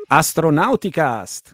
Astronauticast.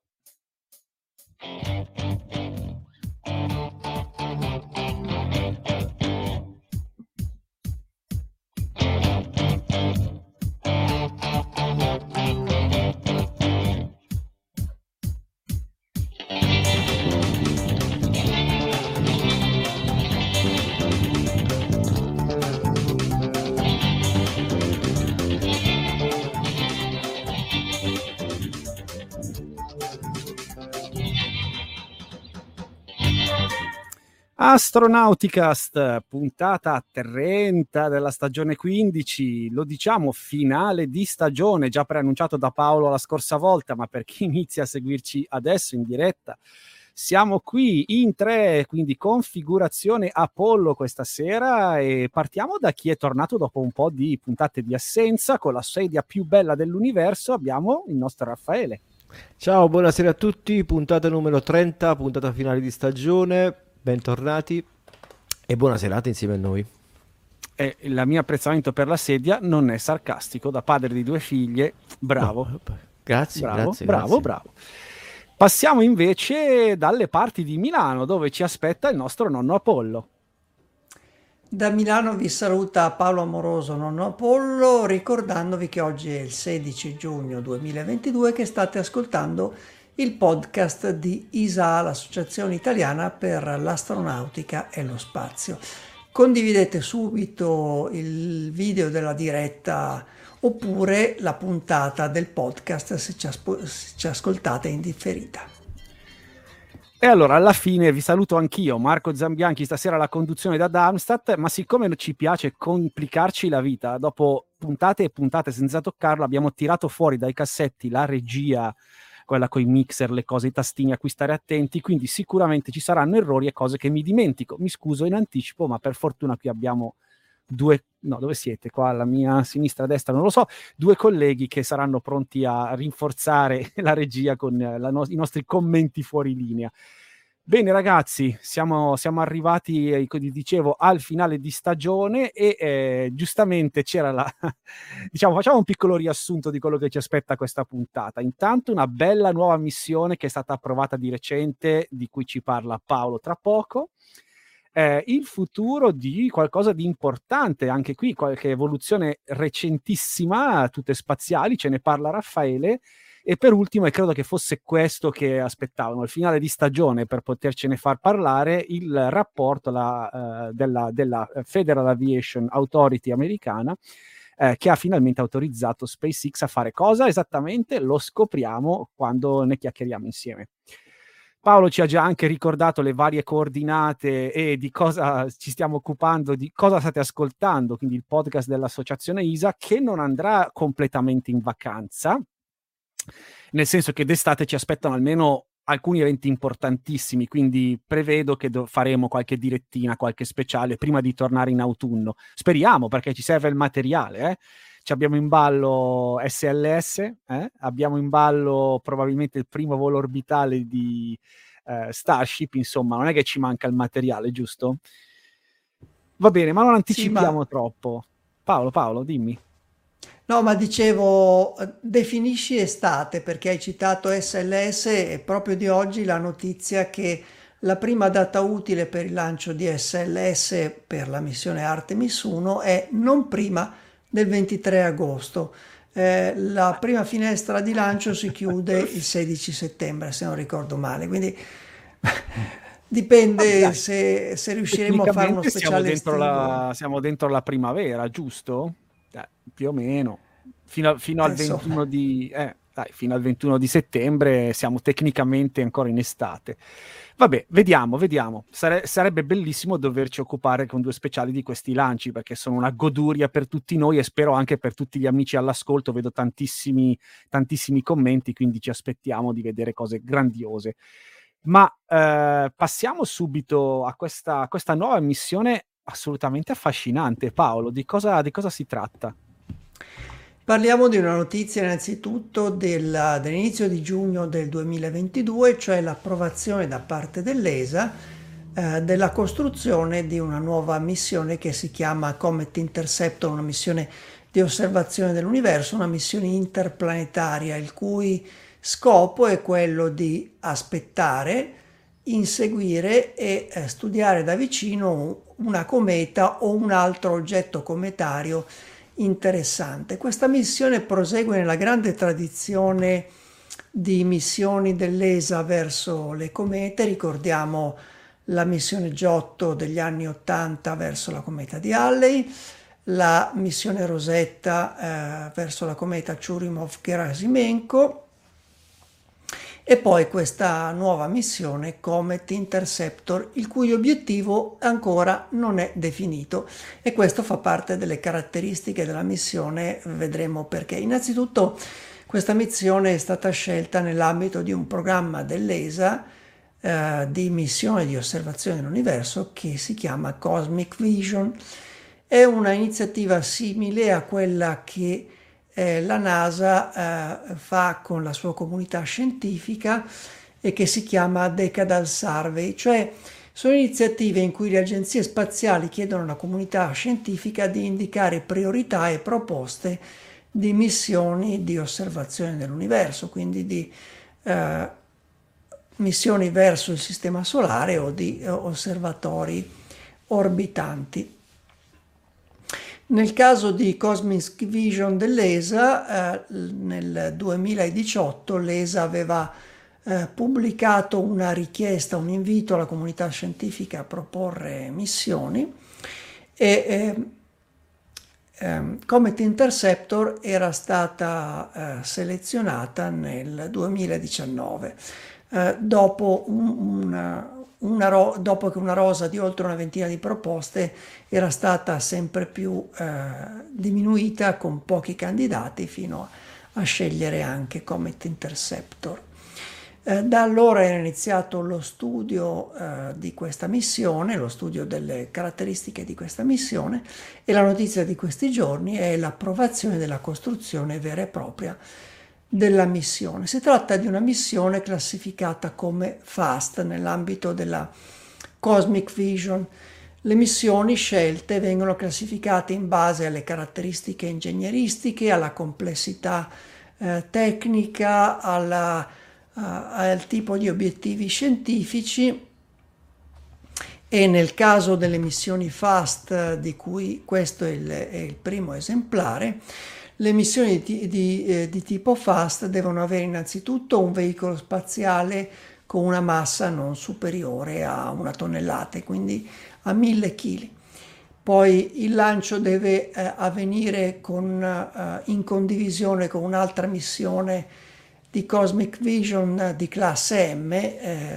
Astronauticast, puntata 30 della stagione 15, lo diciamo finale di stagione, già preannunciato da Paolo la scorsa volta, ma per chi inizia a seguirci adesso in diretta, siamo qui in 3, quindi configurazione Apollo questa sera, e partiamo da chi è tornato dopo un po' di puntate di assenza. Con la sedia più bella dell'universo abbiamo il nostro Raffaele. Ciao, buonasera a tutti, puntata numero 30, puntata finale di stagione. Bentornati e buona serata insieme a noi. E il mio apprezzamento per la sedia non è sarcastico, da padre di 2 figlie, bravo. No, grazie, bravo, grazie, bravo, grazie. bravo. Passiamo invece dalle parti di Milano, dove ci aspetta il nostro nonno Apollo. Da Milano vi saluta Paolo Amoroso, nonno Apollo, ricordandovi che oggi è il 16 giugno 2022 che state ascoltando il podcast di ISA, l'Associazione Italiana per l'Astronautica e lo Spazio. Condividete subito il video della diretta oppure la puntata del podcast se ci ascoltate in differita. E allora alla fine vi saluto anch'io, Marco Zambianchi, stasera la conduzione da Darmstadt, ma siccome ci piace complicarci la vita, dopo puntate e puntate senza toccarlo abbiamo tirato fuori dai cassetti la regia, quella con i mixer, le cose, i tastini a cui stare attenti, quindi sicuramente ci saranno errori e cose che mi dimentico. Mi scuso in anticipo, ma per fortuna qui abbiamo dove siete? Qua alla mia sinistra, destra, non lo so, 2 colleghi che saranno pronti a rinforzare la regia con i nostri commenti fuori linea. Bene ragazzi, siamo arrivati, dicevo, al finale di stagione e giustamente c'era diciamo, facciamo un piccolo riassunto di quello che ci aspetta questa puntata. Intanto una bella nuova missione che è stata approvata di recente, di cui ci parla Paolo tra poco. Il futuro di qualcosa di importante, anche qui qualche evoluzione recentissima, tutte spaziali, ce ne parla Raffaele. E per ultimo, e credo che fosse questo che aspettavano, il finale di stagione per potercene far parlare, il rapporto della Federal Aviation Authority americana, che ha finalmente autorizzato SpaceX a fare cosa esattamente? Lo scopriamo quando ne chiacchieriamo insieme. Paolo ci ha già anche ricordato le varie coordinate e di cosa ci stiamo occupando, di cosa state ascoltando, quindi il podcast dell'associazione ISA, che non andrà completamente in vacanza, nel senso che d'estate ci aspettano almeno alcuni eventi importantissimi, quindi prevedo che faremo qualche direttina, qualche speciale prima di tornare in autunno. Speriamo, perché ci serve il materiale, Ci abbiamo in ballo SLS, abbiamo in ballo probabilmente il primo volo orbitale di Starship, insomma, non è che ci manca il materiale, giusto? Va bene, ma non anticipiamo troppo. Paolo, dimmi. No, ma dicevo, definisci estate, perché hai citato SLS e proprio di oggi la notizia che la prima data utile per il lancio di SLS per la missione Artemis 1 è non prima del 23 agosto. La prima finestra di lancio si chiude il 16 settembre, se non ricordo male, quindi dipende se riusciremo a fare uno speciale estivo. Siamo dentro la primavera, giusto? Più o meno. Fino al 21 fino al 21 di settembre siamo tecnicamente ancora in estate. Vabbè, vediamo. Sarebbe bellissimo doverci occupare con 2 speciali di questi lanci, perché sono una goduria per tutti noi e spero anche per tutti gli amici all'ascolto. Vedo tantissimi commenti, quindi ci aspettiamo di vedere cose grandiose. Ma passiamo subito a questa nuova missione assolutamente affascinante. Paolo, di cosa si tratta? Parliamo di una notizia innanzitutto dell'inizio di giugno del 2022, cioè l'approvazione da parte dell'ESA della costruzione di una nuova missione che si chiama Comet Interceptor, una missione di osservazione dell'universo, una missione interplanetaria il cui scopo è quello di aspettare, inseguire e studiare da vicino una cometa o un altro oggetto cometario interessante. Questa missione prosegue nella grande tradizione di missioni dell'ESA verso le comete. Ricordiamo la missione Giotto degli anni 80 verso la cometa di Halley, la missione Rosetta verso la cometa Churyumov-Gerasimenko, e poi questa nuova missione Comet Interceptor, il cui obiettivo ancora non è definito, e questo fa parte delle caratteristiche della missione, vedremo perché. Innanzitutto questa missione è stata scelta nell'ambito di un programma dell'ESA di missione di osservazione dell'universo che si chiama Cosmic Vision. È una iniziativa simile a quella che la NASA fa con la sua comunità scientifica e che si chiama Decadal Survey, cioè sono iniziative in cui le agenzie spaziali chiedono alla comunità scientifica di indicare priorità e proposte di missioni di osservazione dell'universo, quindi di missioni verso il sistema solare o di osservatori orbitanti. Nel caso di Cosmic Vision dell'ESA, nel 2018 l'ESA aveva pubblicato una richiesta, un invito alla comunità scientifica a proporre missioni, e Comet Interceptor era stata selezionata nel 2019, dopo dopo che una rosa di oltre una ventina di proposte era stata sempre più diminuita, con pochi candidati, fino a scegliere anche Comet Interceptor. Da allora era iniziato lo studio di questa missione, lo studio delle caratteristiche di questa missione, e la notizia di questi giorni è l'approvazione della costruzione vera e propria della missione. Si tratta di una missione classificata come FAST nell'ambito della Cosmic Vision. Le missioni scelte vengono classificate in base alle caratteristiche ingegneristiche, alla complessità tecnica, al tipo di obiettivi scientifici, e nel caso delle missioni FAST, di cui questo è il primo esemplare, le missioni di tipo FAST devono avere innanzitutto un veicolo spaziale con una massa non superiore a 1 tonnellata, quindi a 1000 kg. Poi il lancio deve avvenire in condivisione con un'altra missione di Cosmic Vision di classe M,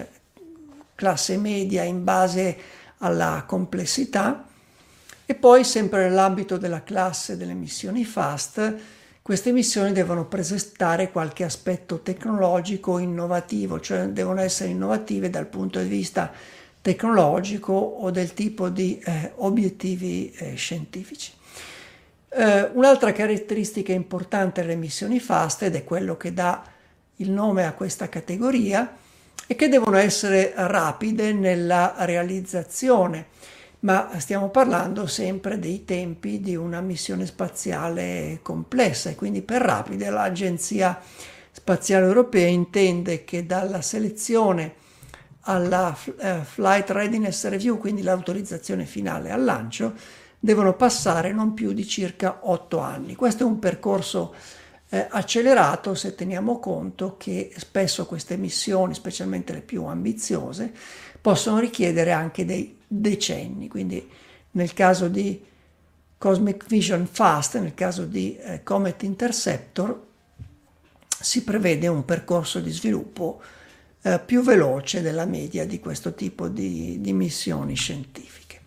classe media in base alla complessità. E poi, sempre nell'ambito della classe delle missioni FAST, queste missioni devono presentare qualche aspetto tecnologico innovativo, cioè devono essere innovative dal punto di vista tecnologico o del tipo di obiettivi scientifici. Un'altra caratteristica importante delle missioni FAST, ed è quello che dà il nome a questa categoria, è che devono essere rapide nella realizzazione, ma stiamo parlando sempre dei tempi di una missione spaziale complessa, e quindi per rapide l'Agenzia Spaziale Europea intende che dalla selezione alla Flight Readiness Review, quindi l'autorizzazione finale al lancio, devono passare non più di circa 8 anni. Questo è un percorso accelerato se teniamo conto che spesso queste missioni, specialmente le più ambiziose, possono richiedere anche dei decenni. Quindi nel caso di Cosmic Vision FAST, nel caso di Comet Interceptor, si prevede un percorso di sviluppo più veloce della media di questo tipo di missioni scientifiche.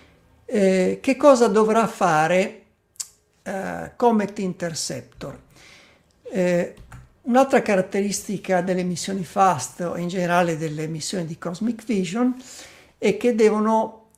Che cosa dovrà fare Comet Interceptor? Un'altra caratteristica delle missioni FAST, o in generale delle missioni di Cosmic Vision, è che devono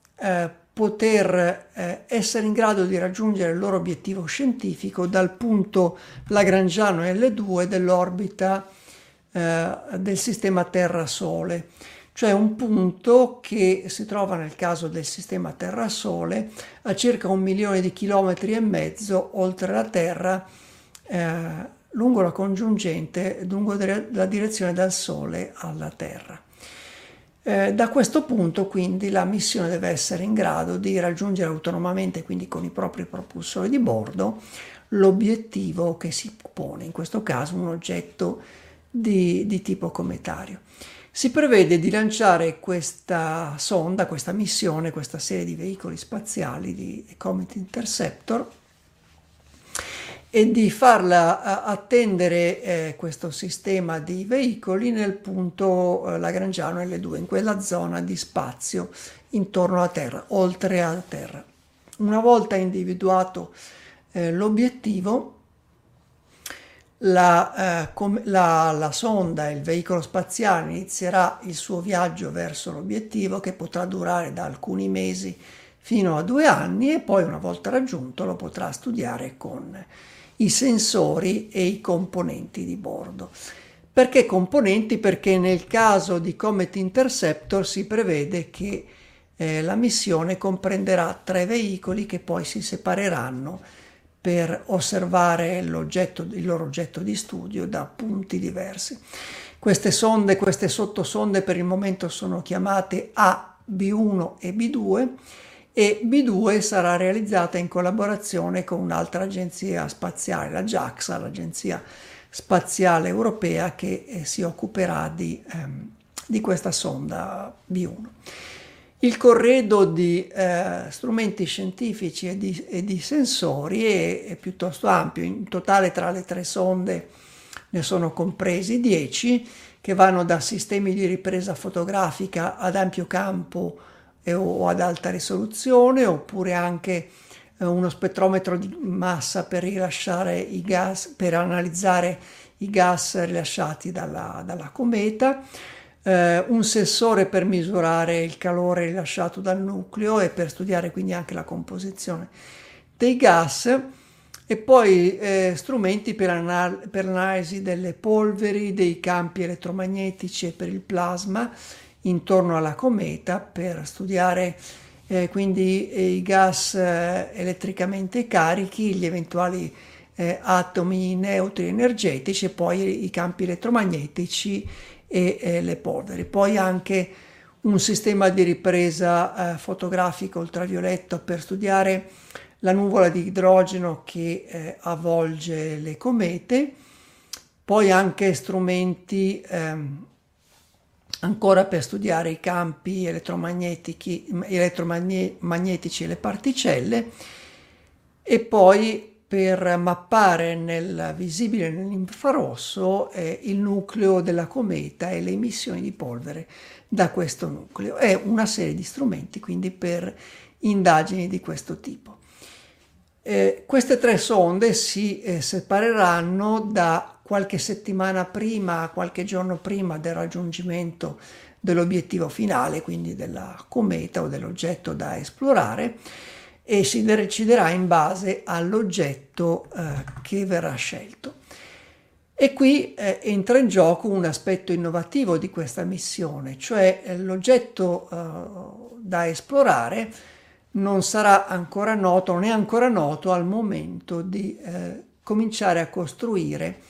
poter essere in grado di raggiungere il loro obiettivo scientifico dal punto lagrangiano L2 dell'orbita del sistema Terra-Sole, cioè un punto che si trova nel caso del sistema Terra-Sole a circa 1 milione di chilometri e mezzo oltre la Terra, lungo la congiungente, lungo la direzione dal Sole alla Terra. Da questo punto quindi la missione deve essere in grado di raggiungere autonomamente, quindi con i propri propulsori di bordo, l'obiettivo che si pone, in questo caso un oggetto di tipo cometario. Si prevede di lanciare questa sonda, questa missione, questa serie di veicoli spaziali di Comet Interceptor, e di farla attendere questo sistema di veicoli nel punto Lagrangiano L2, in quella zona di spazio intorno alla Terra, oltre alla Terra. Una volta individuato l'obiettivo, la sonda, il veicolo spaziale, inizierà il suo viaggio verso l'obiettivo, che potrà durare da alcuni mesi fino a 2 anni, e poi, una volta raggiunto, lo potrà studiare con i sensori e i componenti di bordo. Perché componenti? Perché nel caso di Comet Interceptor si prevede che la missione comprenderà 3 veicoli che poi si separeranno per osservare il loro oggetto di studio da punti diversi. Queste sonde, queste sottosonde per il momento sono chiamate A, B1 e B2, e B2 sarà realizzata in collaborazione con un'altra agenzia spaziale, la JAXA, l'Agenzia Spaziale Europea, che si occuperà di questa sonda B1. Il corredo di strumenti scientifici e di sensori è piuttosto ampio. In totale, tra le 3 sonde ne sono compresi 10, che vanno da sistemi di ripresa fotografica ad ampio campo o ad alta risoluzione, oppure anche uno spettrometro di massa per rilasciare i gas, per analizzare i gas rilasciati dalla cometa, un sensore per misurare il calore rilasciato dal nucleo e per studiare quindi anche la composizione dei gas, e poi strumenti per l'analisi delle polveri, dei campi elettromagnetici e per il plasma intorno alla cometa, per studiare quindi i gas elettricamente carichi, gli eventuali atomi neutri energetici, e poi i campi elettromagnetici e le polveri. Poi anche un sistema di ripresa fotografica ultravioletto per studiare la nuvola di idrogeno che avvolge le comete. Poi anche strumenti ancora per studiare i campi elettromagnetici e le particelle, e poi per mappare visibile nell'infrarosso il nucleo della cometa e le emissioni di polvere da questo nucleo. È una serie di strumenti quindi per indagini di questo tipo. Queste 3 sonde si separeranno da qualche settimana prima, qualche giorno prima del raggiungimento dell'obiettivo finale, quindi della cometa o dell'oggetto da esplorare, e si deciderà in base all'oggetto che verrà scelto. E qui entra in gioco un aspetto innovativo di questa missione, cioè l'oggetto da esplorare non sarà ancora noto, non è ancora noto al momento di cominciare a costruire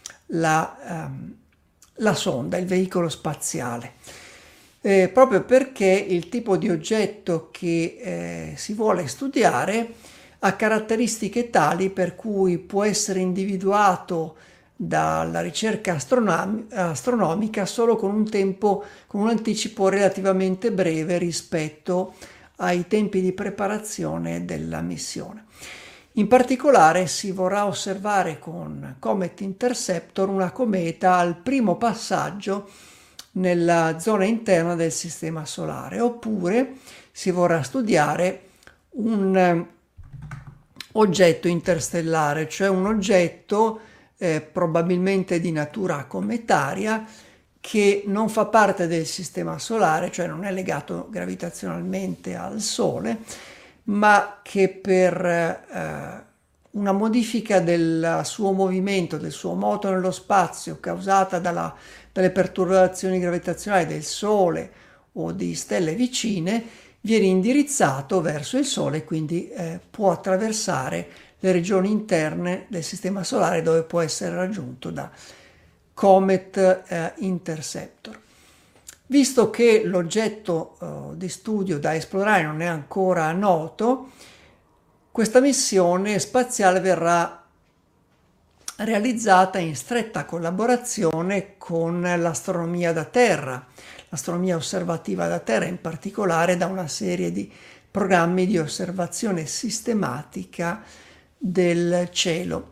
la sonda, il veicolo spaziale, proprio perché il tipo di oggetto che si vuole studiare ha caratteristiche tali per cui può essere individuato dalla ricerca astronomica solo con un anticipo relativamente breve rispetto ai tempi di preparazione della missione. In particolare si vorrà osservare con Comet Interceptor una cometa al primo passaggio nella zona interna del Sistema Solare, oppure si vorrà studiare un oggetto interstellare, cioè un oggetto probabilmente di natura cometaria, che non fa parte del Sistema Solare, cioè non è legato gravitazionalmente al Sole, ma che per una modifica del suo movimento, del suo moto nello spazio, causata dalle perturbazioni gravitazionali del Sole o di stelle vicine, viene indirizzato verso il Sole, quindi può attraversare le regioni interne del Sistema Solare, dove può essere raggiunto da Comet Interceptor. Visto che l'oggetto di studio da esplorare non è ancora noto, questa missione spaziale verrà realizzata in stretta collaborazione con l'astronomia da terra, l'astronomia osservativa da terra, in particolare da una serie di programmi di osservazione sistematica del cielo.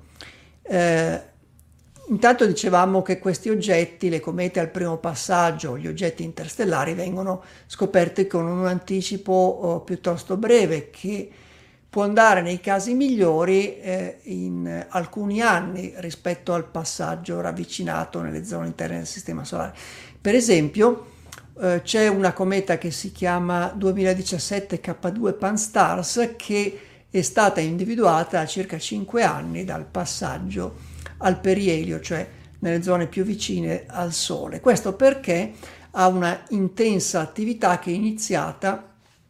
Intanto dicevamo che questi oggetti, le comete al primo passaggio, gli oggetti interstellari, vengono scoperti con un anticipo piuttosto breve, che può andare nei casi migliori in alcuni anni rispetto al passaggio ravvicinato nelle zone interne del Sistema Solare. Per esempio, c'è una cometa che si chiama 2017 K2 Pan-STARRS, che è stata individuata a circa 5 anni dal passaggio al perielio, cioè nelle zone più vicine al Sole. Questo perché ha una intensa attività che è iniziata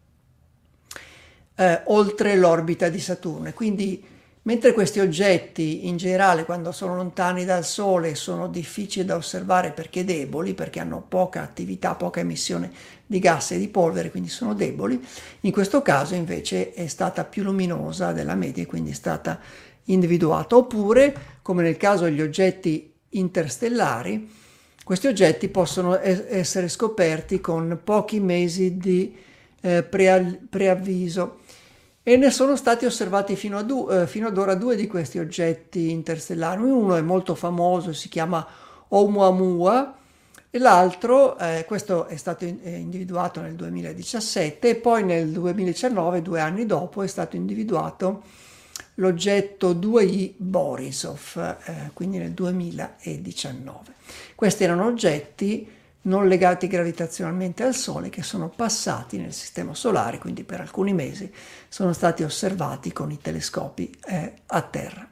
oltre l'orbita di Saturno. Quindi, mentre questi oggetti in generale, quando sono lontani dal Sole, sono difficili da osservare perché deboli, perché hanno poca attività, poca emissione di gas e di polvere, quindi sono deboli, in questo caso invece è stata più luminosa della media e quindi è stata individuata. Oppure, come nel caso degli oggetti interstellari, questi oggetti possono essere scoperti con pochi mesi di preavviso, e ne sono stati osservati fino ad ora 2 di questi oggetti interstellari. Uno è molto famoso, si chiama Oumuamua, e l'altro, questo è stato individuato nel 2017, e poi nel 2019, 2 anni dopo, è stato individuato l'oggetto 2I Borisov, quindi nel 2019. Questi erano oggetti non legati gravitazionalmente al Sole, che sono passati nel Sistema Solare, quindi per alcuni mesi sono stati osservati con i telescopi a terra.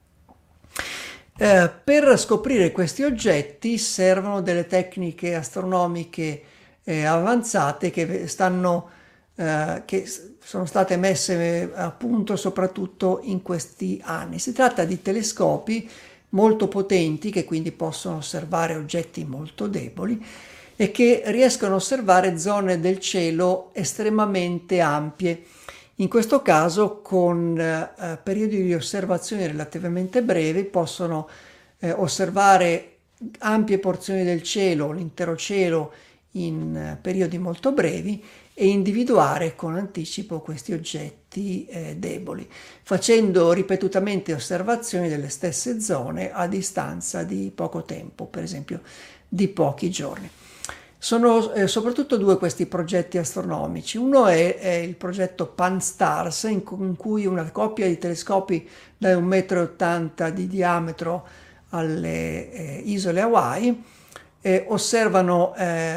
Per scoprire questi oggetti servono delle tecniche astronomiche avanzate che sono state messe a punto soprattutto in questi anni. Si tratta di telescopi molto potenti, che quindi possono osservare oggetti molto deboli e che riescono a osservare zone del cielo estremamente ampie. In questo caso, con periodi di osservazione relativamente brevi, possono osservare ampie porzioni del cielo, l'intero cielo, in periodi molto brevi, e individuare con anticipo questi oggetti deboli, facendo ripetutamente osservazioni delle stesse zone a distanza di poco tempo, per esempio di pochi giorni. Sono soprattutto 2 questi progetti astronomici. Uno è il progetto Pan-STARRS, in cui una coppia di telescopi da 1,80 m di diametro alle isole Hawaii osservano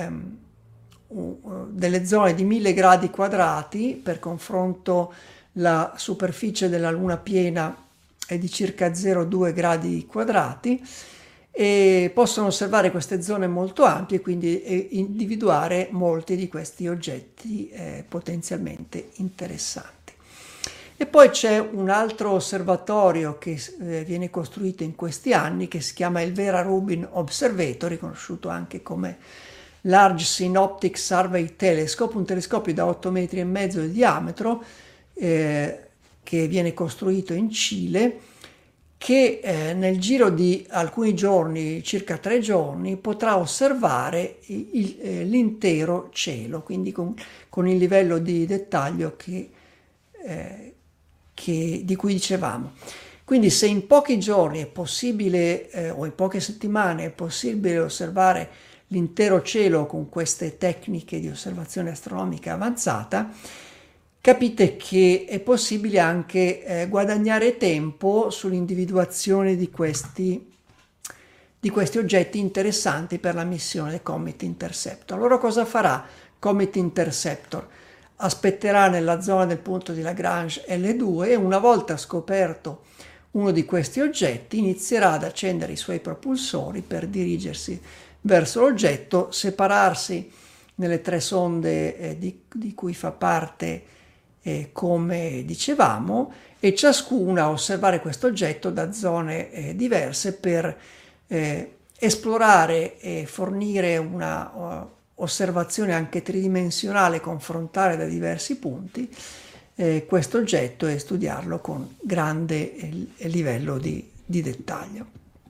delle zone di 1000 gradi quadrati. Per confronto, la superficie della Luna piena è di circa 0,2 gradi quadrati, e possono osservare queste zone molto ampie e quindi individuare molti di questi oggetti potenzialmente interessanti. E poi c'è un altro osservatorio che viene costruito in questi anni, che si chiama il Vera Rubin Observatory, conosciuto anche come Large Synoptic Survey Telescope, un telescopio da 8,5 metri di diametro che viene costruito in Cile, che nel giro di alcuni giorni, circa 3 giorni, potrà osservare l'intero cielo, quindi con il livello di dettaglio di cui dicevamo. Quindi, se in pochi giorni è possibile, o in poche settimane è possibile osservare l'intero cielo con queste tecniche di osservazione astronomica avanzata, capite che è possibile anche guadagnare tempo sull'individuazione di questi oggetti interessanti per la missione Comet Interceptor. Allora, cosa farà Comet Interceptor? Aspetterà nella zona del punto di Lagrange L2 e, una volta scoperto uno di questi oggetti, inizierà ad accendere i suoi propulsori per dirigersi verso l'oggetto, separarsi nelle 3 sonde di cui fa parte, come dicevamo, e ciascuna osservare questo oggetto da zone diverse per esplorare e fornire una osservazione anche tridimensionale, confrontare da diversi punti questo oggetto e studiarlo con grande livello di dettaglio.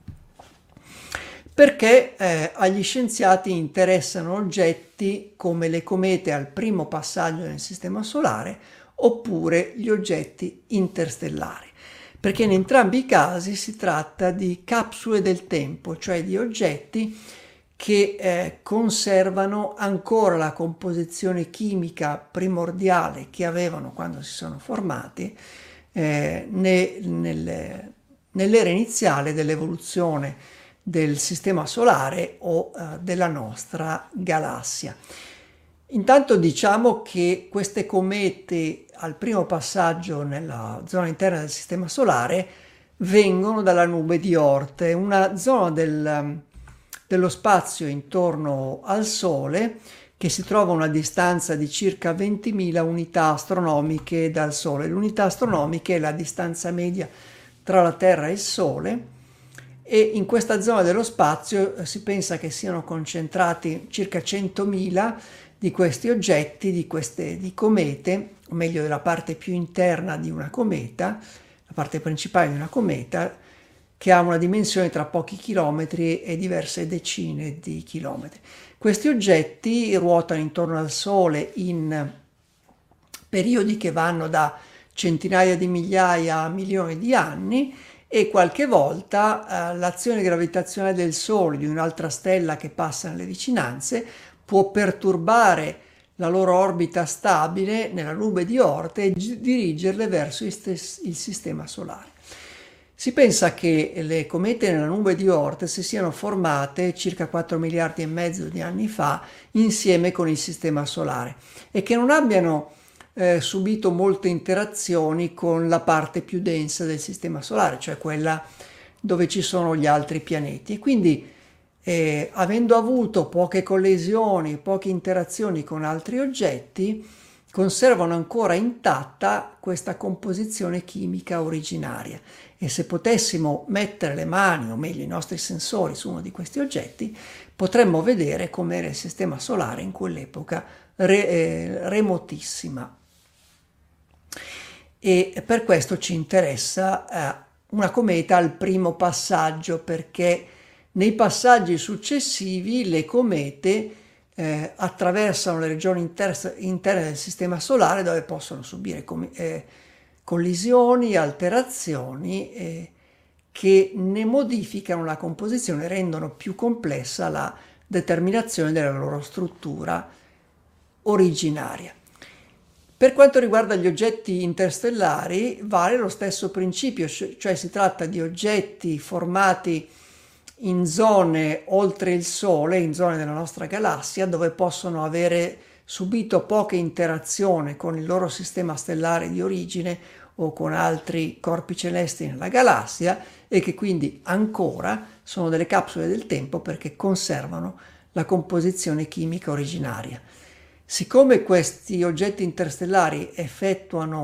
Perché agli scienziati interessano oggetti come le comete al primo passaggio nel Sistema Solare oppure gli oggetti interstellari? Perché in entrambi i casi si tratta di capsule del tempo, cioè di oggetti che conservano ancora la composizione chimica primordiale che avevano quando si sono formati nell'era iniziale dell'evoluzione del Sistema Solare o della nostra galassia. Intanto diciamo che queste comete al primo passaggio nella zona interna del Sistema Solare vengono dalla nube di Oort, una zona dello spazio intorno al Sole che si trova a una distanza di circa 20.000 unità astronomiche dal Sole. L'unità astronomica è la distanza media tra la Terra e il Sole, e in questa zona dello spazio si pensa che siano concentrati circa 100.000 di questi oggetti, di comete, o meglio della parte più interna di una cometa, la parte principale di una cometa, che ha una dimensione tra pochi chilometri e diverse decine di chilometri. Questi oggetti ruotano intorno al Sole in periodi che vanno da centinaia di migliaia a milioni di anni, e qualche volta l'azione gravitazionale del Sole, di un'altra stella che passa nelle vicinanze, può perturbare la loro orbita stabile nella nube di Oort e dirigerle verso il Sistema Solare. Si pensa che le comete nella nube di Oort si siano formate circa 4 miliardi e mezzo di anni fa insieme con il Sistema Solare e che non abbiano subito molte interazioni con la parte più densa del Sistema Solare, cioè quella dove ci sono gli altri pianeti. E quindi, avendo avuto poche collisioni, poche interazioni con altri oggetti, conservano ancora intatta questa composizione chimica originaria. E se potessimo mettere le mani, o meglio i nostri sensori, su uno di questi oggetti, potremmo vedere com'era il Sistema Solare in quell'epoca remotissima. E per questo ci interessa una cometa al primo passaggio, perché nei passaggi successivi le comete attraversano le regioni interne del Sistema Solare, dove possono subire collisioni, alterazioni che ne modificano la composizione, rendono più complessa la determinazione della loro struttura originaria. Per quanto riguarda gli oggetti interstellari, vale lo stesso principio, cioè si tratta di oggetti formati in zone oltre il Sole, in zone della nostra galassia, dove possono avere subito poche interazioni con il loro sistema stellare di origine o con altri corpi celesti nella galassia, e che quindi ancora sono delle capsule del tempo perché conservano la composizione chimica originaria. Siccome questi oggetti interstellari effettuano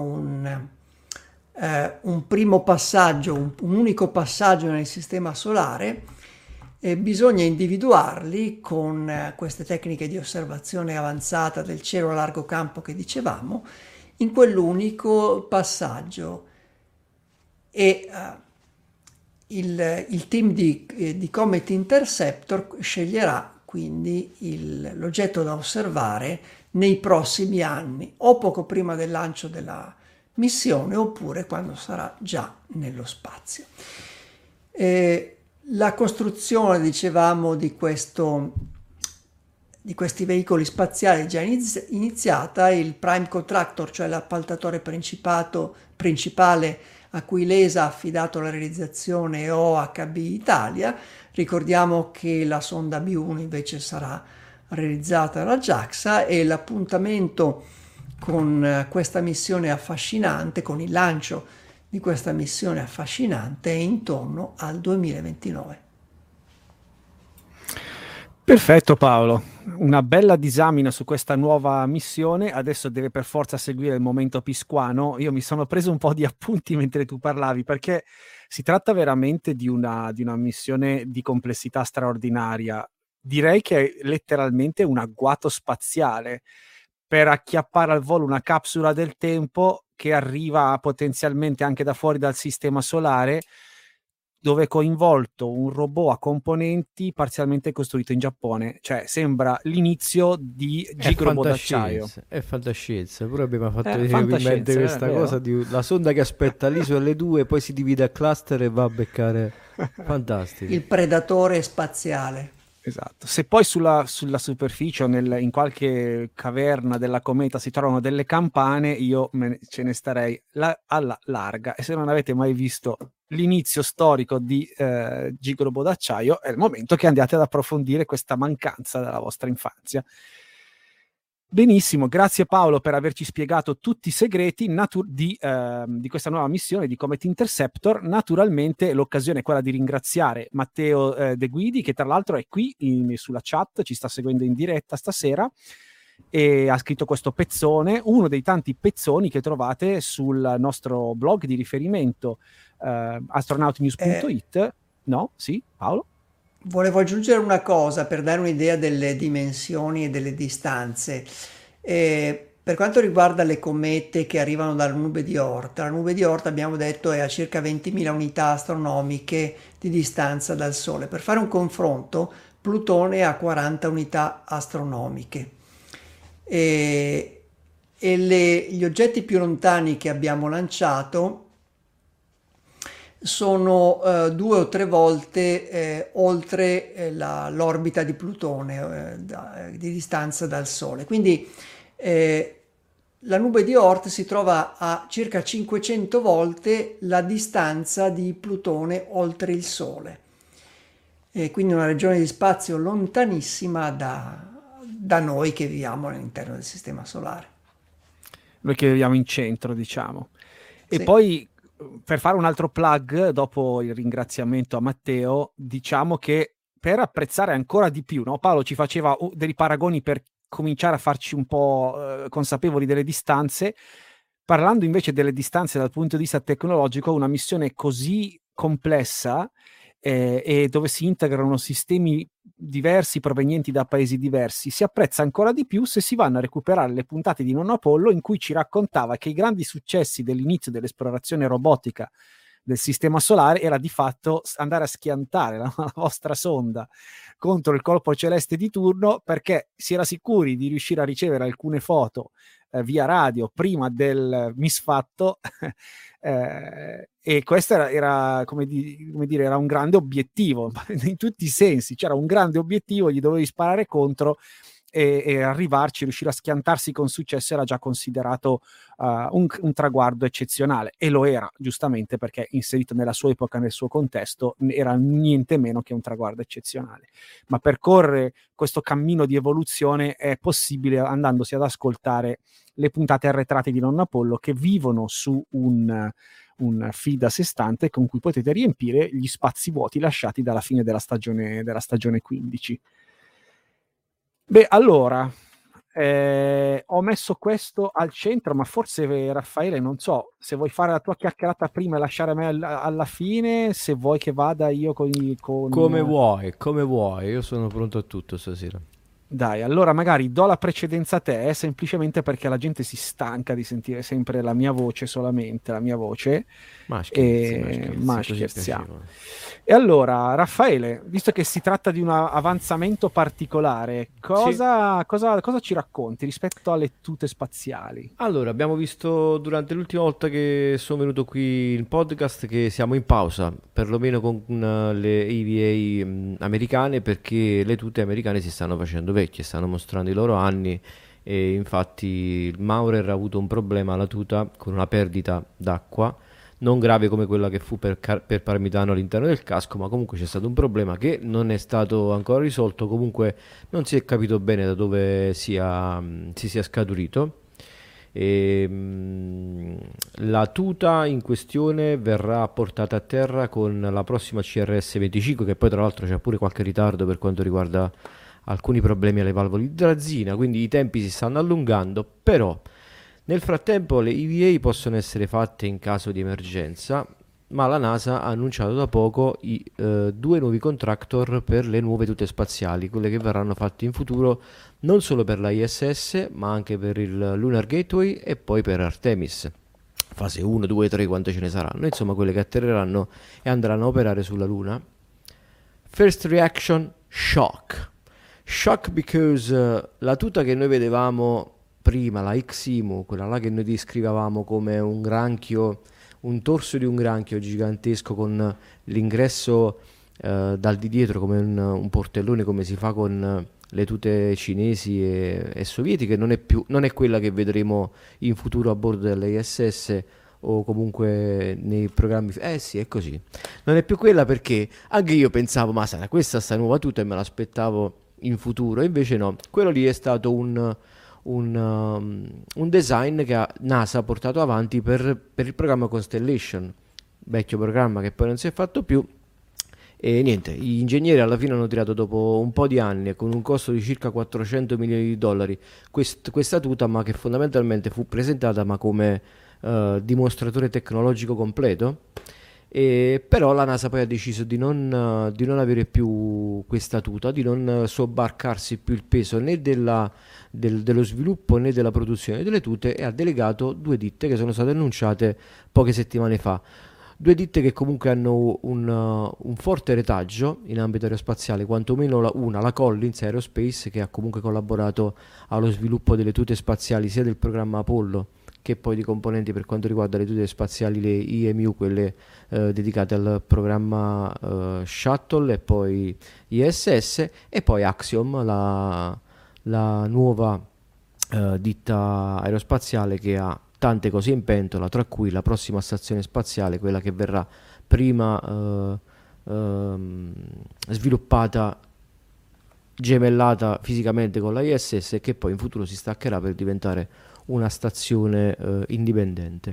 un primo passaggio, un unico passaggio nel Sistema Solare, bisogna individuarli con queste tecniche di osservazione avanzata del cielo a largo campo che dicevamo, in quell'unico passaggio. E il team di Comet Interceptor sceglierà quindi l'oggetto da osservare nei prossimi anni, o poco prima del lancio della missione, oppure quando sarà già nello spazio. La costruzione, dicevamo, di questi veicoli spaziali è già iniziata. Il prime contractor, cioè l'appaltatore principale a cui l'ESA ha affidato la realizzazione, è OHB Italia. Ricordiamo che la sonda B1 invece sarà realizzata dalla JAXA, e l'appuntamento con questa missione affascinante, con il lancio di questa missione affascinante, è intorno al 2029. Perfetto Paolo, una bella disamina su questa nuova missione, adesso deve per forza seguire il momento pisquano. Io mi sono preso un po' di appunti mentre tu parlavi, perché si tratta veramente di una missione di complessità straordinaria. Direi che è letteralmente un agguato spaziale per acchiappare al volo una capsula del tempo che arriva potenzialmente anche da fuori dal sistema solare, dove è coinvolto un robot a componenti parzialmente costruito in Giappone. Cioè, sembra l'inizio di È Gigrobo d'acciaio. fantascienza, è fantascienza. Pure mi ha fatto venire in Fantascienza, mente questa vero? cosa di la sonda che aspetta lì sulle due, poi si divide a cluster e va a beccare. Fantastico. Il predatore spaziale. Esatto. Se poi sulla superficie o in qualche caverna della cometa si trovano delle campane, io ce ne starei alla larga. E se non avete mai visto l'inizio storico di Gigrobo d'acciaio, è il momento che andiate ad approfondire questa mancanza della vostra infanzia. Benissimo, grazie Paolo per averci spiegato tutti i segreti di questa nuova missione di Comet Interceptor. Naturalmente l'occasione è quella di ringraziare Matteo De Guidi, che tra l'altro è qui sulla chat, ci sta seguendo in diretta stasera e ha scritto questo pezzone, uno dei tanti pezzoni che trovate sul nostro blog di riferimento astronautnews.it. No? Sì, Paolo? Volevo aggiungere una cosa per dare un'idea delle dimensioni e delle distanze. Per quanto riguarda le comete che arrivano dalla nube di Oort, la nube di Oort abbiamo detto è a circa 20.000 unità astronomiche di distanza dal Sole. Per fare un confronto, Plutone ha 40 unità astronomiche. Gli oggetti più lontani che abbiamo lanciato sono 2 o 3 volte oltre l'orbita di Plutone di distanza dal Sole. Quindi la nube di Oort si trova a circa 500 volte la distanza di Plutone oltre il Sole. Quindi una regione di spazio lontanissima da noi che viviamo all'interno del Sistema Solare. Noi che viviamo in centro, diciamo. E Sì. poi, per fare un altro plug, dopo il ringraziamento a Matteo, diciamo che per apprezzare ancora di più, no? Paolo ci faceva dei paragoni per cominciare a farci un po' consapevoli delle distanze. Parlando invece delle distanze dal punto di vista tecnologico, una missione così complessa e dove si integrano sistemi diversi provenienti da paesi diversi, si apprezza ancora di più se si vanno a recuperare le puntate di Nonno Apollo in cui ci raccontava che i grandi successi dell'inizio dell'esplorazione robotica del sistema solare era di fatto andare a schiantare la vostra sonda contro il corpo celeste di turno, perché si era sicuri di riuscire a ricevere alcune foto via radio prima del misfatto e questo era come dire, era un grande obiettivo in tutti i sensi, c'era un grande obiettivo, gli dovevi sparare contro e arrivarci, riuscire a schiantarsi con successo era già considerato un traguardo eccezionale, e lo era giustamente perché inserito nella sua epoca, nel suo contesto, era niente meno che un traguardo eccezionale. Ma percorrere questo cammino di evoluzione è possibile andandosi ad ascoltare le puntate arretrate di Nonno Apollo, che vivono su un feed a sé stante con cui potete riempire gli spazi vuoti lasciati dalla fine della stagione 15. Beh, allora, ho messo questo al centro, ma forse Raffaele, non so, se vuoi fare la tua chiacchierata prima e lasciare me alla fine, se vuoi che vada io con... Come vuoi, io sono pronto a tutto stasera. Dai, allora magari do la precedenza a te, semplicemente perché la gente si stanca di sentire sempre la mia voce, solamente la mia voce. Ma scherziamo. Scherziamo. E allora, Raffaele, visto che si tratta di un avanzamento particolare, cosa ci racconti rispetto alle tute spaziali? Allora, abbiamo visto durante l'ultima volta che sono venuto qui in podcast che siamo in pausa, perlomeno con le EVA americane, perché le tute americane si stanno facendo vecchie, stanno mostrando i loro anni, e infatti il Maurer ha avuto un problema alla tuta con una perdita d'acqua, non grave come quella che fu per Parmitano all'interno del casco, ma comunque c'è stato un problema che non è stato ancora risolto. Comunque non si è capito bene da dove si sia scaturito. La tuta in questione verrà portata a terra con la prossima CRS 25, che poi tra l'altro c'è pure qualche ritardo per quanto riguarda alcuni problemi alle valvole di drazzina, quindi i tempi si stanno allungando, però nel frattempo le EVA possono essere fatte in caso di emergenza, ma la NASA ha annunciato da poco i 2 nuovi contractor per le nuove tute spaziali, quelle che verranno fatte in futuro non solo per la ISS, ma anche per il Lunar Gateway e poi per Artemis. Fase 1, 2, 3, quante ce ne saranno, insomma quelle che atterreranno e andranno a operare sulla Luna. First reaction, shock. Shock because la tuta che noi vedevamo prima, la Ximo, quella là che noi descrivevamo come un granchio, un torso di un granchio gigantesco con l'ingresso dal di dietro come un portellone, come si fa con le tute cinesi e sovietiche, non è quella che vedremo in futuro a bordo dell'ISS o comunque nei programmi. Sì, è così. Non è più quella, perché anche io pensavo, ma sarà questa sta nuova tuta, e me l'aspettavo in futuro, invece no, quello lì è stato un design che NASA ha portato avanti per il programma Constellation, vecchio programma che poi non si è fatto più. E niente, gli ingegneri alla fine hanno tirato, dopo un po' di anni e con un costo di circa 400 milioni di dollari, questa tuta, ma che fondamentalmente fu presentata ma come dimostratore tecnologico completo. E però la NASA poi ha deciso di non avere più questa tuta, di non sobbarcarsi più il peso né dello sviluppo né della produzione delle tute, e ha delegato 2 ditte che sono state annunciate poche settimane fa. 2 ditte che comunque hanno un forte retaggio in ambito aerospaziale, quantomeno la Collins Aerospace, che ha comunque collaborato allo sviluppo delle tute spaziali sia del programma Apollo che poi di componenti per quanto riguarda le tute spaziali, le IMU, quelle dedicate al programma Shuttle e poi ISS, e poi Axiom, la nuova ditta aerospaziale che ha tante cose in pentola, tra cui la prossima stazione spaziale, quella che verrà prima sviluppata, gemellata fisicamente con la ISS, e che poi in futuro si staccherà per diventare una stazione indipendente.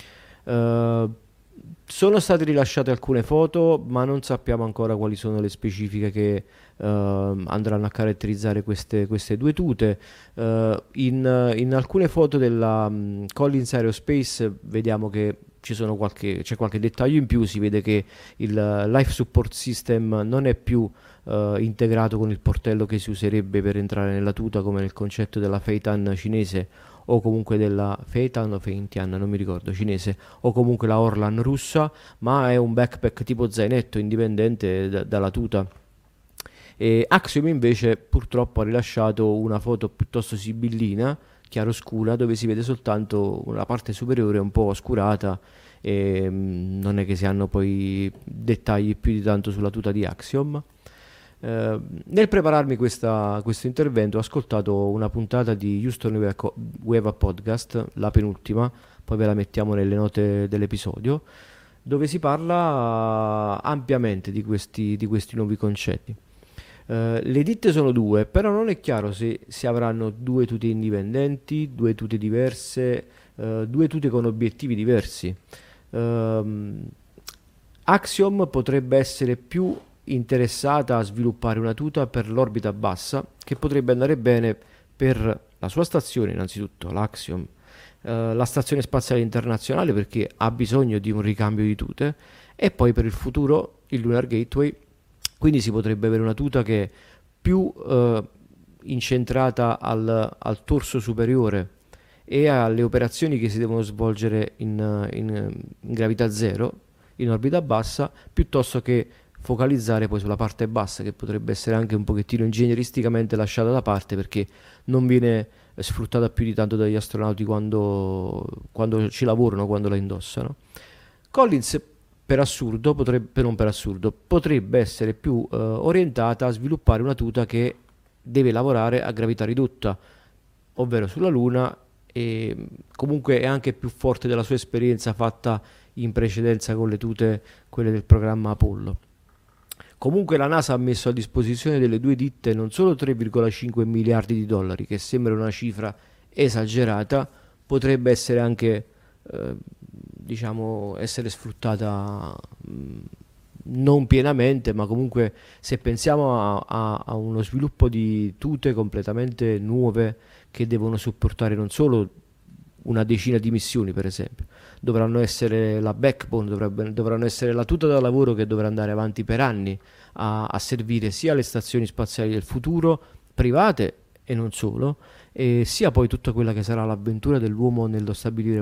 Sono state rilasciate alcune foto, ma non sappiamo ancora quali sono le specifiche che andranno a caratterizzare queste 2 tute. In alcune foto della Collins Aerospace vediamo che c'è qualche dettaglio in più. Si vede che il Life Support System non è più integrato con il portello che si userebbe per entrare nella tuta, come nel concetto della Feitan cinese, o comunque della Feitan o Feintian, non mi ricordo, cinese, o comunque la Orlan russa, ma è un backpack tipo zainetto indipendente dalla tuta. E Axiom invece purtroppo ha rilasciato una foto piuttosto sibillina, chiaroscura, dove si vede soltanto la parte superiore un po' oscurata, e non è che si hanno poi dettagli più di tanto sulla tuta di Axiom. Nel prepararmi questo intervento ho ascoltato una puntata di Houston Weva Podcast, la penultima, poi ve la mettiamo nelle note dell'episodio, dove si parla ampiamente di questi nuovi concetti. Le ditte sono 2, però non è chiaro se avranno 2 tute indipendenti, 2 tute diverse, 2 tute con obiettivi diversi. Axiom potrebbe essere più interessata a sviluppare una tuta per l'orbita bassa, che potrebbe andare bene per la sua stazione, innanzitutto l'Axiom, la stazione spaziale internazionale, perché ha bisogno di un ricambio di tute, e poi per il futuro il Lunar Gateway. Quindi si potrebbe avere una tuta che è più incentrata al torso superiore e alle operazioni che si devono svolgere in gravità zero, in orbita bassa, piuttosto che focalizzare poi sulla parte bassa, che potrebbe essere anche un pochettino ingegneristicamente lasciata da parte, perché non viene sfruttata più di tanto dagli astronauti quando ci lavorano, quando la indossano. Collins, potrebbe essere più orientata a sviluppare una tuta che deve lavorare a gravità ridotta, ovvero sulla Luna, e comunque è anche più forte della sua esperienza fatta in precedenza con le tute, quelle del programma Apollo. Comunque la NASA ha messo a disposizione delle 2 ditte non solo 3,5 miliardi di dollari, che sembra una cifra esagerata, potrebbe essere anche essere sfruttata non pienamente, ma comunque se pensiamo a uno sviluppo di tute completamente nuove che devono supportare non solo una decina di missioni, per esempio, dovranno essere la backbone, dovranno essere la tuta da lavoro che dovrà andare avanti per anni a servire sia le stazioni spaziali del futuro, private e non solo, e sia poi tutta quella che sarà l'avventura dell'uomo nello stabilire